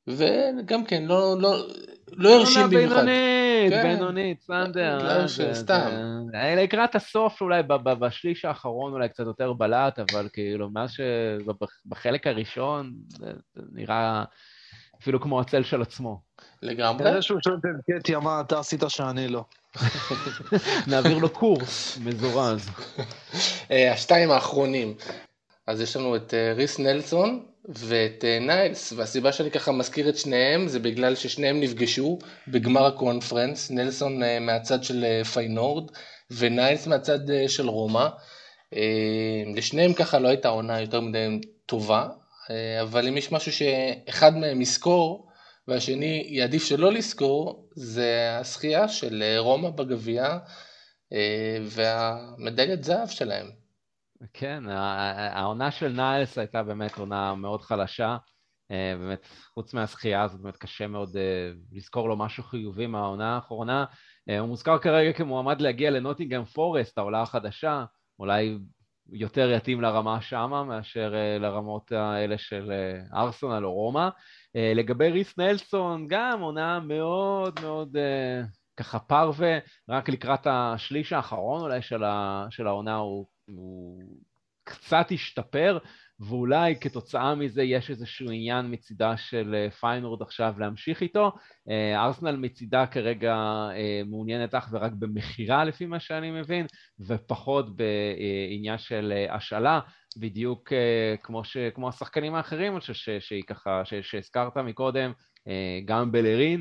וגם כן, לא, לא, לא הרשים במיוחד. בינונית, כן. בינונית, סנדר. לא הרשים, סתם. לקראת הסוף אולי בשליש האחרון אולי קצת יותר בלט, אבל כאילו מאז שבחלק הראשון זה נראה אפילו כמו הצל של עצמו. לגמרי. איזה שהוא שואל את קטי, מה אתה עשית שאני לא. נעביר לו קורס מזורז. השתיים האחרונים. אז יש לנו את ריס נלסון ואת ניילס, והסיבה שאני ככה מזכיר את שניהם זה בגלל ששניהם נפגשו בגמר הקונפרנס, נלסון מהצד של פיינורד וניילס מהצד של רומא. לשניהם ככה לא הייתה עונה יותר מדי טובה, אבל אם יש משהו שאחד מהם יזכור והשני יעדיף שלא לזכור, זה הזכייה של רומא בגביע והמדליית זהב שלהם. כן, העונה של ניילס הייתה באמת עונה מאוד חלשה, באמת חוץ מהזכייה הזאת באמת קשה מאוד לזכור לו משהו חיובי מהעונה האחרונה. הוא מוזכר כרגע כמועמד להגיע לנוטינגהאם פורסט, העולה החדשה, אולי יותר יתאים לרמה שמה מאשר לרמות האלה של ארסנל או רומא. לגבי ריס נלסון, גם עונה מאוד מאוד ככה פרווה, רק לקראת השליש האחרון אולי של, ה, של העונה הוא, הוא קצת השתפר, ואולי כתוצאה מזה יש איזשהו עניין מצידה של פיינורד עכשיו להמשיך איתו. ארסנל מצידה כרגע מעוניינת אך ורק במחירה לפי מה שאני מבין, ופחות בעניין של השאלה, בדיוק כמו, ש, כמו השחקנים האחרים ש, ש, שהיא ככה, ש, שהזכרת מקודם, גם בלרין,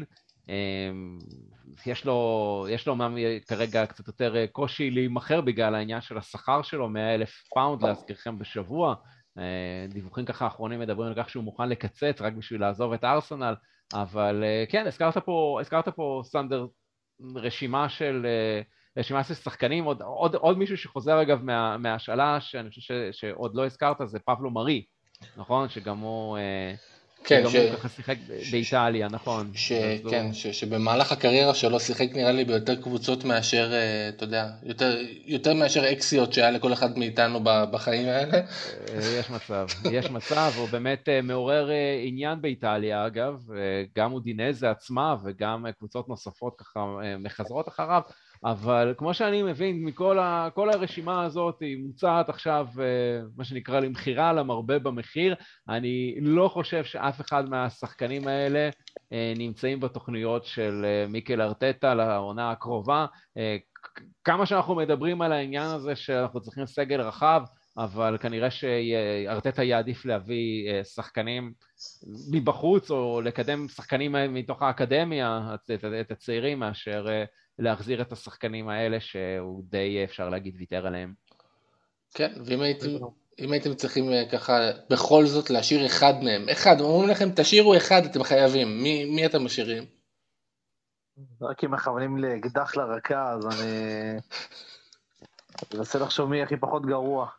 יש לו, יש לו כרגע קצת יותר קושי להימחר בגלל העניין של השכר שלו, מאה אלף פאונד להזכירכם בשבוע. דיווחים ככה האחרונים מדברים על כך שהוא מוכן לקצץ רק בשביל לעזוב את ארסנל, אבל כן, הזכרת פה, הזכרת פה סנדר רשימה של, רשימה של שחקנים, עוד, עוד, עוד מישהו שחוזר אגב מה, מהשאלה שאני חושב ש, שעוד לא הזכרת, זה פבלו מרי, נכון? שגם הוא... כן, שגם ש... הוא ככה שיחק באיטליה, נכון. ש... כן, הוא... ש... שבמהלך הקריירה שלו שיחק נראה לי ביותר קבוצות מאשר, אתה יודע, יותר, יותר מאשר אקסיות שהיה לכל אחד מאיתנו בחיים האלה. יש מצב, יש מצב, הוא באמת מעורר עניין באיטליה אגב, גם אודינזה עצמה וגם קבוצות נוספות ככה מחזרות אחריו, אבל כמו שאני מבין, מכל ה... כל הרשימה הזאת היא מוצעת עכשיו, מה שנקרא למחירה, למרבה במחיר. אני לא חושב שאף אחד מהשחקנים האלה נמצאים בתוכניות של מיקל ארטטה לעונה הקרובה. כמה שאנחנו מדברים על העניין הזה שאנחנו צריכים סגל רחב, אבל כנראה שארטטה יעדיף להביא שחקנים מבחוץ, או לקדם שחקנים מתוך האקדמיה, את הצעירים, מאשר להחזיר את השחקנים האלה שהוא די אפשר להגיד ויתר עליהם. כן, ואם הייתם, אם הייתם צריכים ככה בכל זאת להשאיר אחד מהם, אחד, אומרים לכם תשאירו אחד, אתם חייבים, מי, מי אתם משאירים? רק אם מכוונים לאקדח לרקה, אז אני אנסה לחשוב מי הכי פחות גרוע.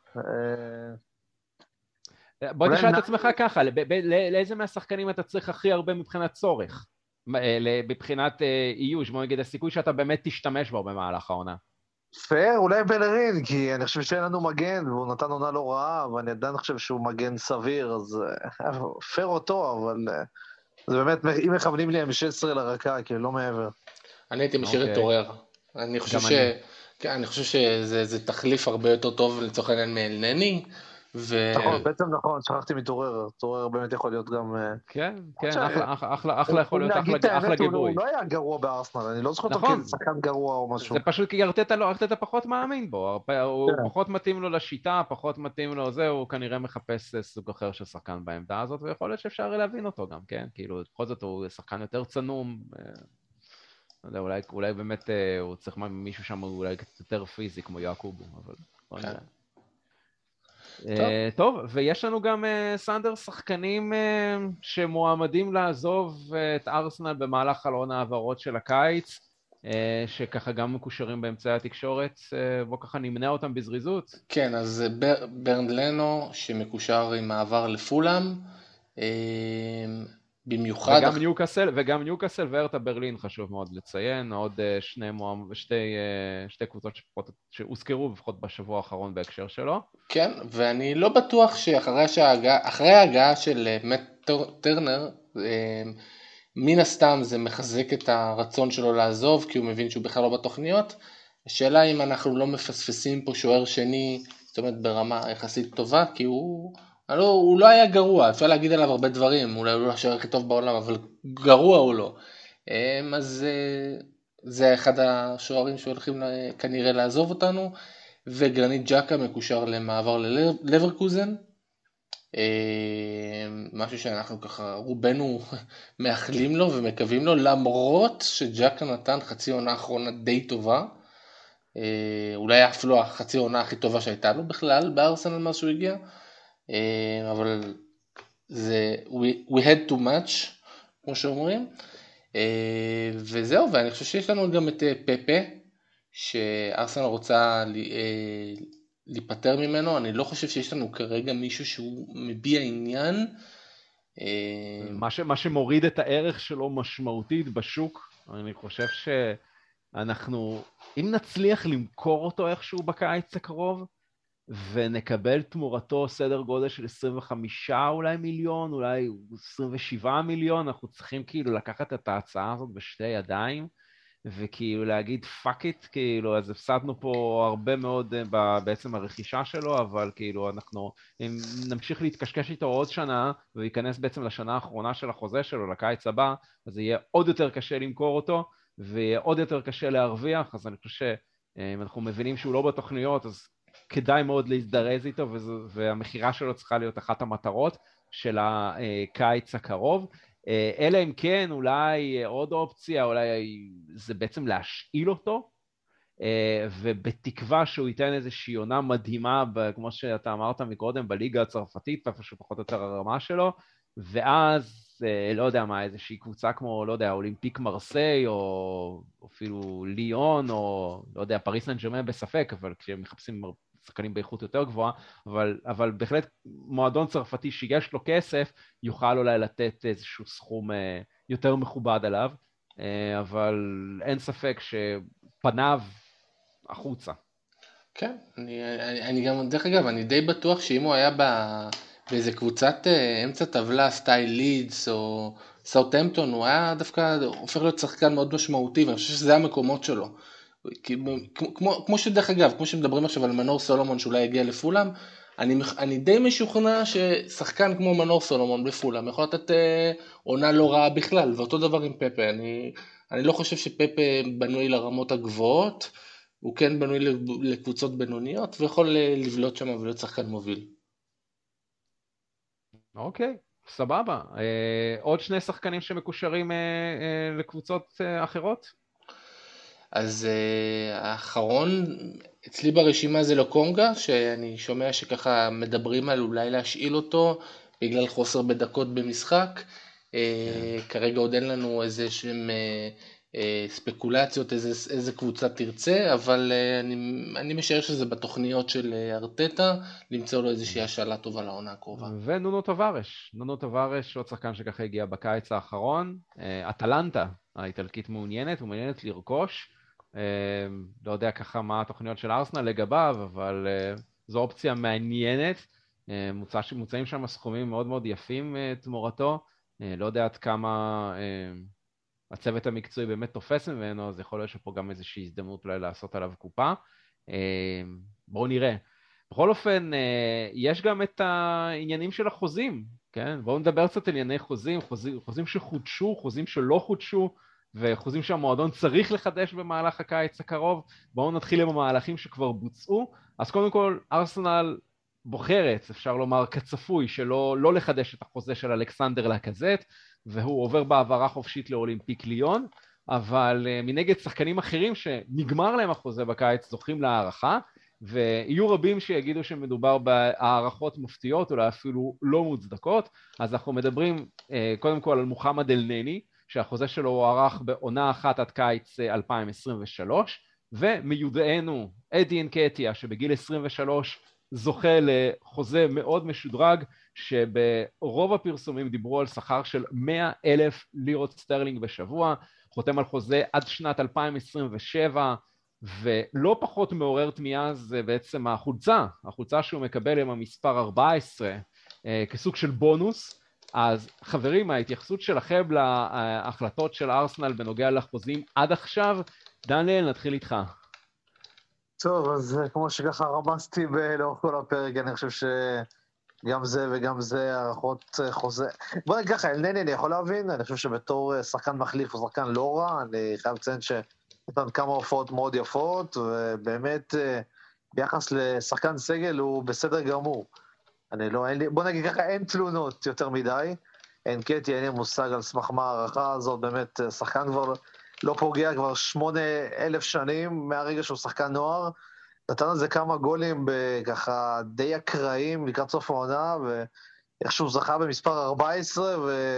בוא תשאל את עצמך ככה, לאיזה מהשחקנים אתה צריך הכי הרבה מבחינת צורך? מבחינת איוש, בוא נגיד הסיכוי שאתה באמת תשתמש בו במהלך העונה. פייר, אולי בלרין, כי אני חושב שאין לנו מגן, והוא נתן עונה לא רעה, ואני עדיין חושב שהוא מגן סביר, אז פייר אותו, אבל זה באמת, אם מכוונים לי אם-שש עשרה לרקה, כאילו לא מעבר. אני הייתי משאיר את טורר. אני חושב ש... אני חושב שזה תחליף הרבה יותר טוב לצורך העניין מאלנני, נכון, בעצם נכון, שכחתי מתעורר, תעורר באמת יכול להיות גם... כן, כן, אחלה יכול להיות, אחלה גיבוי. הוא לא היה גרוע בארסנל, אני לא זוכר אותו כשחקן גרוע או משהו. זה פשוט כי ארטטה פחות מאמין בו, הוא פחות מתאים לו לשיטה, פחות מתאים לו זה, הוא כנראה מחפש סוג אחר של שחקן בעמדה הזאת, ויכול להיות שאפשר להבין אותו גם, כן? כאילו, בכל זאת הוא שחקן יותר צנום, לא יודע, אולי באמת הוא צריך מישהו שם אולי יותר פיזי כמו יעקובו, אבל בוא נראה. טוב. טוב, ויש לנו גם סנדר שחקנים שמועמדים לעזוב את ארסנל במהלך חלון העברות של הקיץ, שככה גם מקושרים באמצעי התקשורת, בוא ככה נמנע אותם בזריזות. כן, אז ברנד לנו שמקושר עם מעבר לפולאם, במיוחד... וגם ניוקאסל, וגם ניוקאסל והרטה ברלין חשוב מאוד לציין, עוד שני, מועמד, שתי, שתי קבוצות שפחות, שהוזכרו לפחות בשבוע האחרון בהקשר שלו. כן, ואני לא בטוח שאחרי שההגעה, אחרי ההגעה של מאט טרנר, מן הסתם זה מחזק את הרצון שלו לעזוב, כי הוא מבין שהוא בכלל לא בתוכניות. השאלה אם אנחנו לא מפספסים פה שוער שני, זאת אומרת ברמה יחסית טובה, כי הוא, לא, הוא לא היה גרוע, אפשר להגיד עליו הרבה דברים, אולי הוא לא השוער הכי טוב בעולם, אבל גרוע הוא לא. אז זה אחד השוערים שהולכים כנראה לעזוב אותנו, וגרנית ג'קה מקושר למעבר ללברקוזן, משהו שאנחנו ככה רובנו מאחלים לו ומקווים לו, למרות שג'קה נתן חצי עונה האחרונה די טובה, אולי אפילו החצי עונה הכי טובה שהייתה לו בכלל בארסנל מאז שהוא הגיע, אבל זה we, we had too much כמו שאומרים, וזהו. ואני חושב שיש לנו גם את פפה שארסנל רוצה להיפטר ממנו. אני לא חושב שיש לנו כרגע מישהו שהוא מביע עניין. מה, ש, מה שמוריד את הערך שלו משמעותית בשוק, אני חושב שאנחנו, אם נצליח למכור אותו איכשהו בקיץ הקרוב, ונקבל תמורתו סדר גודל של עשרים וחמישה אולי מיליון, אולי עשרים ושבעה מיליון, אנחנו צריכים כאילו לקחת את ההצעה הזאת בשתי ידיים, וכאילו להגיד fuck it, כאילו, אז הפסדנו פה הרבה מאוד בעצם הרכישה שלו, אבל כאילו אנחנו, אם נמשיך להתקשקש איתו עוד שנה, וייכנס בעצם לשנה האחרונה של החוזה שלו, לקיץ הבא, אז זה יהיה עוד יותר קשה למכור אותו, ויהיה עוד יותר קשה להרוויח. אז אני חושב שאם אנחנו מבינים שהוא לא בתוכניות, אז כדאי מאוד להזדרז איתו, והמחירה שלו צריכה להיות אחת המטרות של הקיץ הקרוב. אלא אם כן, אולי עוד אופציה, אולי זה בעצם להשאיל אותו, ובתקווה שהוא ייתן איזושהי עונה מדהימה, כמו שאתה אמרת מקודם, בליגה הצרפתית, איפה שפחות יותר הרמה שלו, ואז, לא יודע מה, איזושהי קבוצה כמו, לא יודע, אולימפיק מרסיי, או אפילו ליון, או לא יודע, פריס סן ז'רמן בספק, אבל כשהם מחפשים שחקנים באיכות יותר גבוהה, אבל, אבל בהחלט מועדון צרפתי שיש לו כסף, יוכל אולי לתת איזשהו סכום יותר מכובד עליו, אבל אין ספק שפניו החוצה. כן, אני, אני, אני גם, דרך אגב, אני די בטוח שאם הוא היה בא, באיזה קבוצת אמצע טבלה, סטייל לידס או סאות'המפטון, הוא היה דווקא הופך להיות שחקן מאוד משמעותי, ואני חושב שזה המקומות שלו. כמו, כמו שדרך אגב, כמו שמדברים עכשיו על מנור סולומון שאולי יגיע לפולאם, אני, אני די משוכנע ששחקן כמו מנור סולומון בפולאם יכול לתת אה, עונה לא רעה בכלל, ואותו דבר עם פפה. אני, אני לא חושב שפפה בנוי לרמות הגבוהות, הוא כן בנוי לקבוצות בינוניות, ויכול לבלוט שם ולהיות שחקן מוביל. אוקיי, סבבה. אה, עוד שני שחקנים שמקושרים אה, אה, לקבוצות אה, אחרות? אז uh, האחרון אצלי ברשימה זה לוקונגה, שאני שומע שככה מדברים על אולי להשאיל אותו בגלל חוסר בדקות במשחק. Yeah. Uh, כרגע עוד אין לנו איזה שהם uh, uh, ספקולציות, איזה, איזה קבוצה תרצה, אבל uh, אני, אני משער שזה בתוכניות של uh, ארטטה, למצוא לו איזושהי השאלה טובה לעונה הקרובה. ונונו טווארש, נונו טווארש, עוד שחקן שככה הגיע בקיץ האחרון, uh, אטלנטה האיטלקית מעוניינת, ומעוניינת לרכוש, Uh, לא יודע ככה מה התוכניות של ארסנל לגביו, אבל uh, זו אופציה מעניינת. uh, מוצא, מוצאים שם סכומים מאוד מאוד יפים uh, תמורתו, uh, לא יודע עד כמה uh, הצוות המקצועי באמת תופס ממנו, אז יכול להיות שפה גם איזושהי הזדמנות אולי לעשות עליו קופה. uh, בואו נראה. בכל אופן, uh, יש גם את העניינים של החוזים, כן? בואו נדבר קצת על ענייני חוזים, חוזים, חוזים שחודשו, חוזים שלא חודשו, וחוזים שהמועדון צריך לחדש במהלך הקיץ הקרוב. בואו נתחיל עם המהלכים שכבר בוצעו. אז קודם כל, ארסנל בוחרת, אפשר לומר כצפוי, שלא לא לחדש את החוזה של אלכסנדר לקזט, והוא עובר בעברה חופשית לאולימפיק ליון, אבל uh, מנגד שחקנים אחרים שנגמר להם החוזה בקיץ זוכים להערכה, ויהיו רבים שיגידו שמדובר בהערכות מופתיות, אולי אפילו לא מוצדקות. אז אנחנו מדברים uh, קודם כל על מוחמד אל-נני, שהחוזה שלו הוארך בעונה אחת עד קיץ אלפיים עשרים ושלוש, ומיודענו אדי אנקטיה, שבגיל עשרים ושלוש זוכה לחוזה מאוד משודרג, שברוב הפרסומים דיברו על שכר של מאה אלף לירות סטרלינג בשבוע, חותם על חוזה עד שנת אלפיים עשרים ושבע, ולא פחות מעורר תמיהה זה בעצם החולצה, החולצה שהוא מקבל עם המספר ארבע עשרה, כסוג של בונוס, אז חברים, ההתייחסות שלכם להחלטות של ארסנל בנוגע לחוזים עד עכשיו, דניאל, נתחיל איתך. טוב, אז כמו שככה רמזתי לאורך כל הפרק, אני חושב שגם זה וגם זה הערכות חוזה. בוא נגיד ככה, אלנני אני יכול להבין, אני חושב שבתור שחקן מחליף הוא שחקן לא רע, אני חייב לציין שנתן כמה הופעות מאוד יפות, ובאמת ביחס לשחקן סגל הוא בסדר גמור. אני לא, אין לי, בוא נגיד ככה, אין תלונות יותר מדי, אין קטי, אין לי מושג על סמך מה הערכה הזאת, באמת שחקן כבר לא פוגע כבר שמונה אלף שנים מהרגע שהוא שחקן נוער, נתן לזה כמה גולים בככה די אקראיים לקראת סוף העונה, ואיכשהו זכה במספר ארבע עשרה,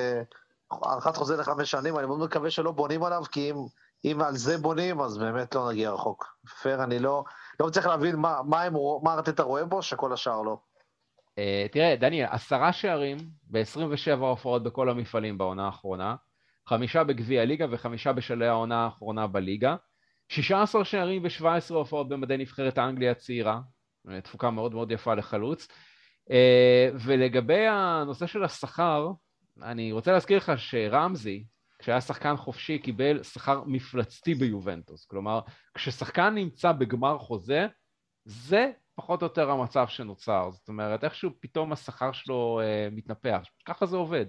והערכת חוזה לחמש שנים, אני מאוד מקווה שלא בונים עליו, כי אם, אם על זה בונים, אז באמת לא נגיע רחוק. פייר, אני לא, לא מצליח להבין מה, מה, הם, מה ארטטה רואה בו, שכל השאר לא. Uh, תראה, דניאל, עשרה שערים ב-עשרים ושבע הופעות בכל המפעלים בעונה האחרונה, חמישה בגביע הליגה וחמישה בשלהי העונה האחרונה בליגה, שישה עשר שערים ו-שבע עשרה הופעות במדי נבחרת האנגליה הצעירה, תפוקה מאוד מאוד יפה לחלוץ. Uh, ולגבי הנושא של השכר, אני רוצה להזכיר לך שרמזי, כשהיה שחקן חופשי, קיבל שכר מפלצתי ביובנטוס. כלומר, כששחקן נמצא בגמר חוזה, זה פחות או יותר המצב שנוצר. זאת אומרת, איכשהו פתאום השכר שלו אה, מתנפח. ככה זה עובד.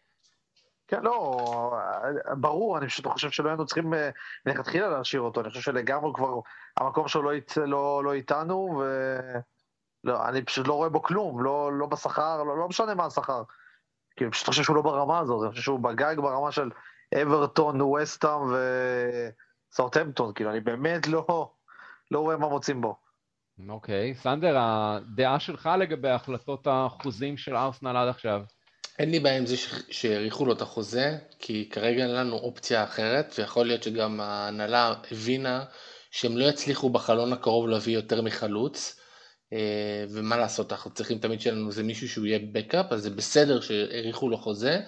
כן, לא, ברור, אני פשוט חושב שלא היינו צריכים מלכתחילה להשאיר אותו. אני חושב שלגמרי כבר המקום שלו לא, אית, לא, לא איתנו, ולא, אני פשוט לא רואה בו כלום, לא, לא בשכר, לא, לא משנה מה השכר. כי אני פשוט חושב שהוא לא ברמה הזאת, אני חושב שהוא בגג ברמה של אברטון, ווסטהאם וסאות'המפטון, כאילו, אני באמת לא, לא רואה מה מוצאים בו. אוקיי, סנדר, הדעה שלך לגבי החלטות החוזים של ארסנל עד עכשיו? אין לי בעיה עם זה שהאריכו לו את החוזה, כי כרגע אין לנו אופציה אחרת, ויכול להיות שגם ההנהלה הבינה שהם לא יצליחו בחלון הקרוב להביא יותר מחלוץ, ומה לעשות, אנחנו צריכים תמיד שלנו זה מישהו שהוא יהיה בקאפ, אז זה בסדר שהאריכו לו חוזה.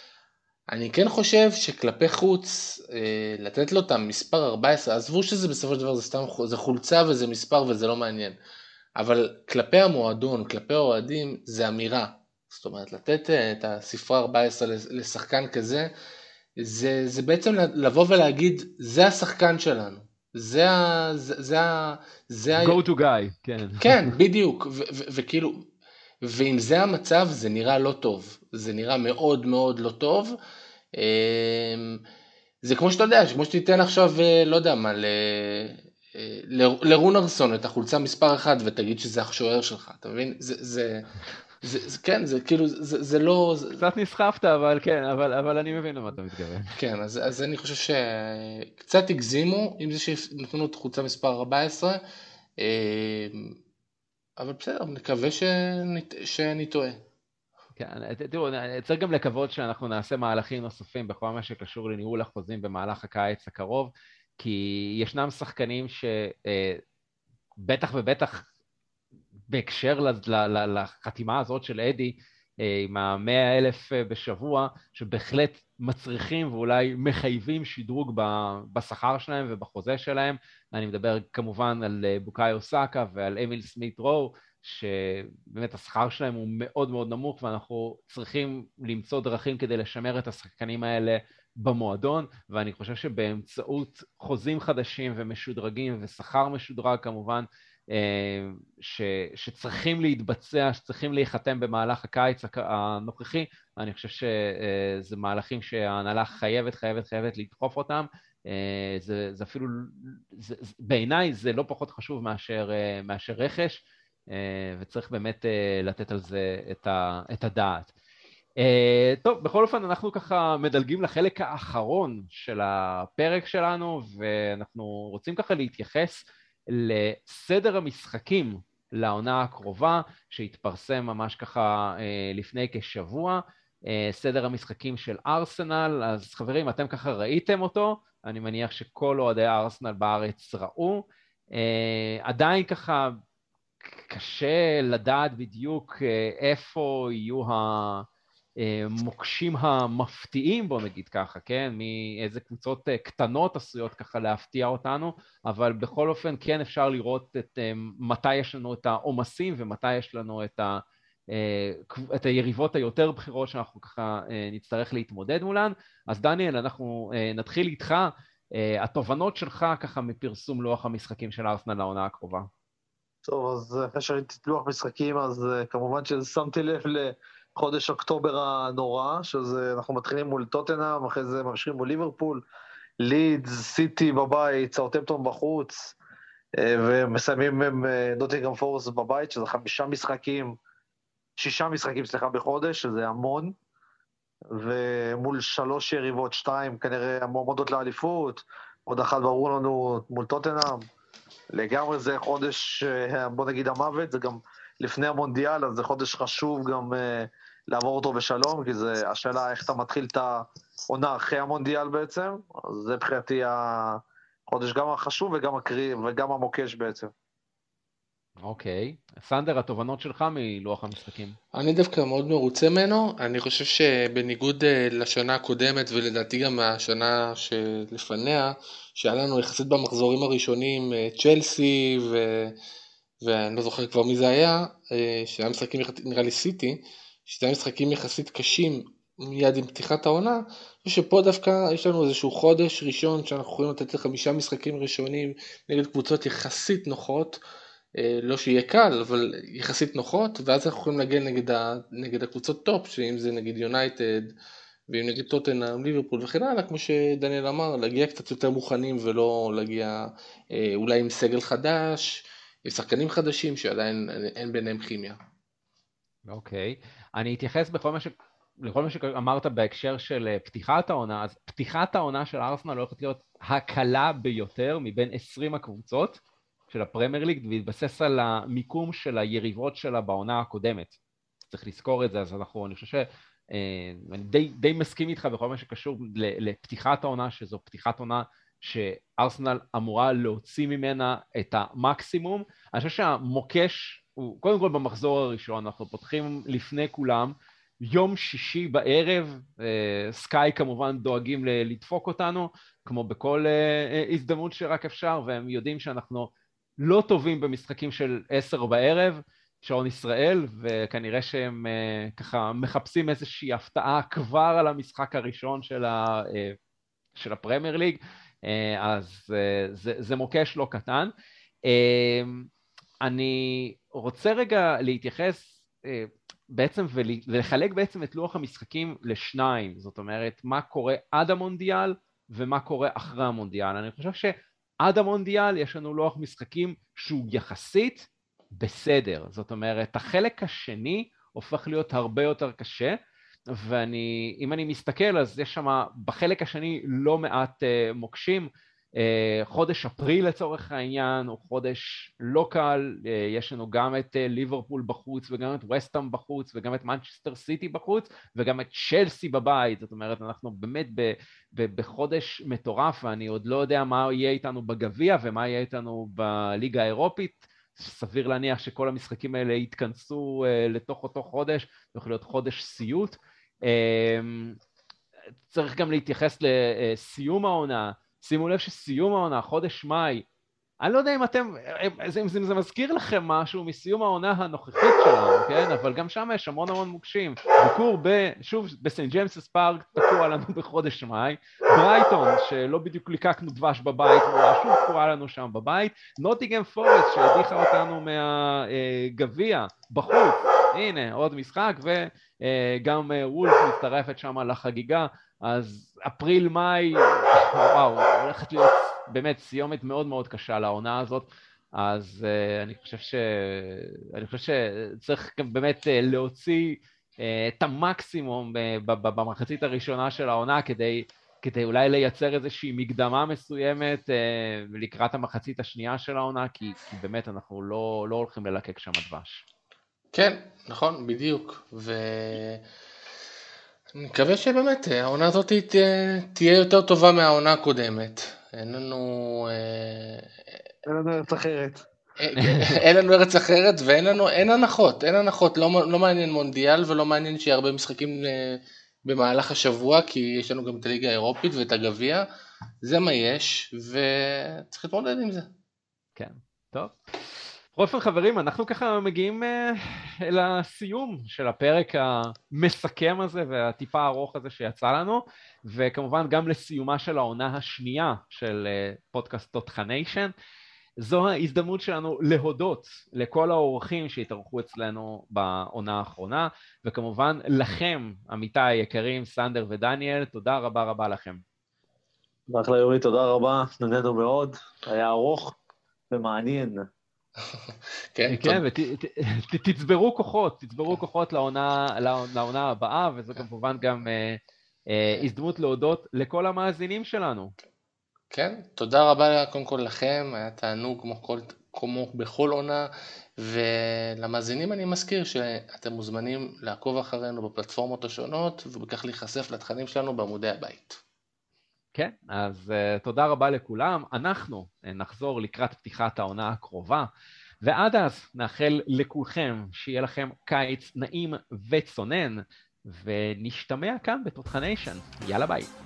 אני כן חושב שכלפי חוץ, לתת לו את המספר ארבע עשרה, עזבו שזה בסופו של דבר זה סתם, זה חולצה וזה מספר וזה לא מעניין, אבל כלפי המועדון, כלפי האוהדים, זה אמירה. זאת אומרת, לתת את הספרה ארבע עשרה לשחקן כזה, זה, זה בעצם לבוא ולהגיד, זה השחקן שלנו. זה ה... זה, זה ה... זה go to guy, כן. כן, בדיוק. ו- ו- וכאילו, ואם זה המצב, זה נראה לא טוב. זה נראה מאוד מאוד לא טוב. זה כמו שאתה יודע, כמו שתיתן עכשיו, לא יודע מה, ל... לרונרסון את החולצה מספר אחד, ותגיד שזה השוער שלך, אתה מבין? זה... זה... זה, זה, כן, זה כאילו, זה, זה לא... זה... קצת נסחפת, אבל כן, אבל, אבל אני מבין למה אתה מתכוון. כן, אז, אז אני חושב שקצת הגזימו עם זה שנתנו את חולצה מספר ארבע עשרה, אבל בסדר, נקווה שנת, שאני טועה. כן, תראו, צריך גם לקוות שאנחנו נעשה מהלכים נוספים בכל מה שקשור לניהול החוזים במהלך הקיץ הקרוב, כי ישנם שחקנים שבטח ובטח בהקשר לחתימה הזאת של אדי, עם ה-מאה אלף בשבוע, שבהחלט מצריכים ואולי מחייבים שדרוג בשכר שלהם ובחוזה שלהם. אני מדבר כמובן על בוקאיו סאקה ועל אמיל סמית רו, שבאמת השכר שלהם הוא מאוד מאוד נמוך, ואנחנו צריכים למצוא דרכים כדי לשמר את השחקנים האלה במועדון, ואני חושב שבאמצעות חוזים חדשים ומשודרגים ושכר משודרג כמובן, ש, שצריכים להתבצע, שצריכים להיחתם במהלך הקיץ הנוכחי, אני חושב שזה מהלכים שההנהלה חייבת, חייבת, חייבת לדחוף אותם. זה, זה אפילו, זה, בעיניי זה לא פחות חשוב מאשר, מאשר רכש, וצריך באמת לתת על זה את, ה, את הדעת. טוב, בכל אופן אנחנו ככה מדלגים לחלק האחרון של הפרק שלנו, ואנחנו רוצים ככה להתייחס לסדר המשחקים לעונה הקרובה, שהתפרסם ממש ככה לפני כשבוע, סדר המשחקים של ארסנל. אז חברים, אתם ככה ראיתם אותו, אני מניח שכל אוהדי ארסנל בארץ ראו, עדיין ככה קשה לדעת בדיוק איפה יהיו המוקשים המפתיעים, בוא נגיד ככה, כן? מאיזה קבוצות קטנות עשויות ככה להפתיע אותנו, אבל בכל אופן כן אפשר לראות את מתי יש לנו את העומסים ומתי יש לנו את את היריבות היותר בחירות שאנחנו ככה נצטרך להתמודד מולן. אז דניאל, אנחנו נתחיל איתך, התובנות שלך ככה מפרסום לוח המשחקים של ארסנל לעונה הקרובה. טוב, אז אחרי שראיתי את לוח משחקים, אז כמובן ששמתי לב לחודש אוקטובר הנורא, שזה אנחנו מתחילים מול טוטנהאם, אחרי זה ממשיכים מול ליברפול, לידס, סיטי בבית, סאות'המפטון בחוץ, ומסיימים עם נוטינגהאם פורסט בבית, שזה חמישה משחקים, שישה משחקים, סליחה, בחודש, שזה המון, ומול שלוש יריבות, שתיים, כנראה המועמדות לאליפות, עוד אחת ברור לנו מול טוטנהאם, לגמרי זה חודש, בוא נגיד המוות, זה גם לפני המונדיאל, אז זה חודש חשוב גם לעבור אותו בשלום, כי זה השאלה איך אתה מתחיל את העונה אחרי המונדיאל בעצם, אז זה מבחינתי החודש גם החשוב וגם הקריא וגם המוקש בעצם. אוקיי. סנדר, התובנות שלך מלוח המשחקים? אני דווקא מאוד מרוצה ממנו, אני חושב שבניגוד לשנה הקודמת ולדעתי גם מהשנה שלפניה, שהיה לנו יחסית במחזורים הראשונים צ'לסי ו... ואני לא זוכר כבר מי זה היה, שהיה משחקים נראה לי סיטי, שזה היה משחקים יחסית קשים מיד עם פתיחת העונה, ושפה דווקא יש לנו איזשהו חודש ראשון שאנחנו יכולים לתת לחמישה משחקים ראשונים נגד קבוצות יחסית נוחות, לא שיהיה קל, אבל יחסית נוחות, ואז אנחנו יכולים להגיע נגד, ה, נגד הקבוצות טופ, שאם זה נגד יונייטד, ואם נגד טוטנהאם, ליברפול וכן הלאה, כמו שדניאל אמר, להגיע קצת יותר מוכנים, ולא להגיע אולי עם סגל חדש, עם שחקנים חדשים, שעדיין אין ביניהם כימיה. אוקיי, אני אתייחס בכל מה ש... לכל מה שאמרת בהקשר של פתיחת העונה, אז פתיחת העונה של ארסנל הולכת להיות הקלה ביותר מבין עשרים הקבוצות, של הפרמייר ליג, והתבסס על המיקום של היריבות שלה בעונה הקודמת. צריך לזכור את זה, אז אנחנו, אני חושב ש... אני די, די מסכים איתך בכל מה שקשור לפתיחת העונה, שזו פתיחת עונה שארסנל אמורה להוציא ממנה את המקסימום. אני חושב שהמוקש הוא, קודם כל במחזור הראשון, אנחנו פותחים לפני כולם, יום שישי בערב, סקאי כמובן דואגים לדפוק אותנו, כמו בכל הזדמנות שרק אפשר, והם יודעים שאנחנו לא טובים במשחקים של עשר בערב, שעון ישראל, וכנראה שהם uh, ככה מחפשים איזושהי הפתעה כבר על המשחק הראשון של, ה, uh, של הפרמייר ליג, uh, אז uh, זה, זה מוקש לא קטן. Uh, אני רוצה רגע להתייחס uh, בעצם ולחלק בעצם את לוח המשחקים לשניים, זאת אומרת מה קורה עד המונדיאל ומה קורה אחרי המונדיאל. אני חושב ש... עד המונדיאל יש לנו לוח משחקים שהוא יחסית בסדר, זאת אומרת, החלק השני הופך להיות הרבה יותר קשה, ואני, אם אני מסתכל, אז יש שם בחלק השני לא מעט uh, מוקשים, uh, חודש אפריל לצורך העניין, הוא חודש לא קל, uh, יש לנו גם את uh, ליברפול בחוץ, וגם את וסטהאם בחוץ, וגם את מנצ'סטר סיטי בחוץ, וגם את צ'לסי בבית, זאת אומרת, אנחנו באמת ב... בחודש מטורף, ואני עוד לא יודע מה יהיה איתנו בגביע, ומה יהיה איתנו בליגה האירופית, סביר להניח שכל המשחקים האלה יתכנסו uh, לתוך אותו חודש, יכול להיות חודש סיוט. Uh, צריך גם להתייחס לסיום העונה, שימו לב שסיום העונה, חודש מאי, אני לא יודע אם אתם, אם זה, זה מזכיר לכם משהו מסיום העונה הנוכחית שלנו, כן? אבל גם שם יש המון המון מוקשים. ביקור ב, שוב, בסנט ג'יימסס פארק, תקוע לנו בחודש מאי. ברייטון, שלא בדיוק ליקקנו דבש בבית, שוב תקוע לנו שם בבית. נוטינגהאם פורסט, שהדיחה אותנו מהגביע, בחוץ. הנה, עוד משחק, וגם וולף מצטרפת שם לחגיגה. אז אפריל, מאי, וואו, הולכת להיות באמת סיומת מאוד מאוד קשה לעונה הזאת, אז uh, אני חושב ש... אני חושב שצריך גם באמת uh, להוציא uh, את המקסימום uh, במחצית הראשונה של העונה, כדי, כדי אולי לייצר איזושהי מקדמה מסוימת uh, לקראת המחצית השנייה של העונה, כי, כי באמת אנחנו לא, לא הולכים ללקק שם דבש. כן, נכון, בדיוק, ו... אני מקווה שבאמת העונה הזאת תהיה יותר טובה מהעונה הקודמת. אין לנו... אין לנו ארץ אחרת. אין לנו ארץ אחרת ואין לנו, אין הנחות, אין הנחות. לא, לא מעניין מונדיאל ולא מעניין שיהיה הרבה משחקים במהלך השבוע, כי יש לנו גם את הליגה האירופית ואת הגביע. זה מה יש, וצריך להתמודד עם זה. כן, טוב. בכל אופן חברים, אנחנו ככה מגיעים uh, אל הסיום של הפרק המסכם הזה והטיפה הארוך הזה שיצא לנו, וכמובן גם לסיומה של העונה השנייה של uh, פודקאסט תותחניישן. זו ההזדמנות שלנו להודות לכל האורחים שהתארחו אצלנו בעונה האחרונה, וכמובן לכם, עמיתי היקרים, סנדר ודניאל, תודה רבה רבה לכם. אחלה יורי, תודה רבה, נהנינו מאוד, היה ארוך ומעניין. כן, כן, ותצברו כוחות, תצברו כוחות לעונה הבאה, וזו כמובן גם הזדמנות להודות לכל המאזינים שלנו. כן, תודה רבה קודם כל לכם, היה תענוג כמו, כל, כמו בכל עונה, ולמאזינים אני מזכיר שאתם מוזמנים לעקוב אחרינו בפלטפורמות השונות, ובכך להיחשף לתכנים שלנו בעמודי הבית. כן, אז uh, תודה רבה לכולם, אנחנו uh, נחזור לקראת פתיחת העונה הקרובה, ועד אז נאחל לכולכם שיהיה לכם קיץ נעים וצונן, ונשתמע כאן בתותחניישן. יאללה ביי.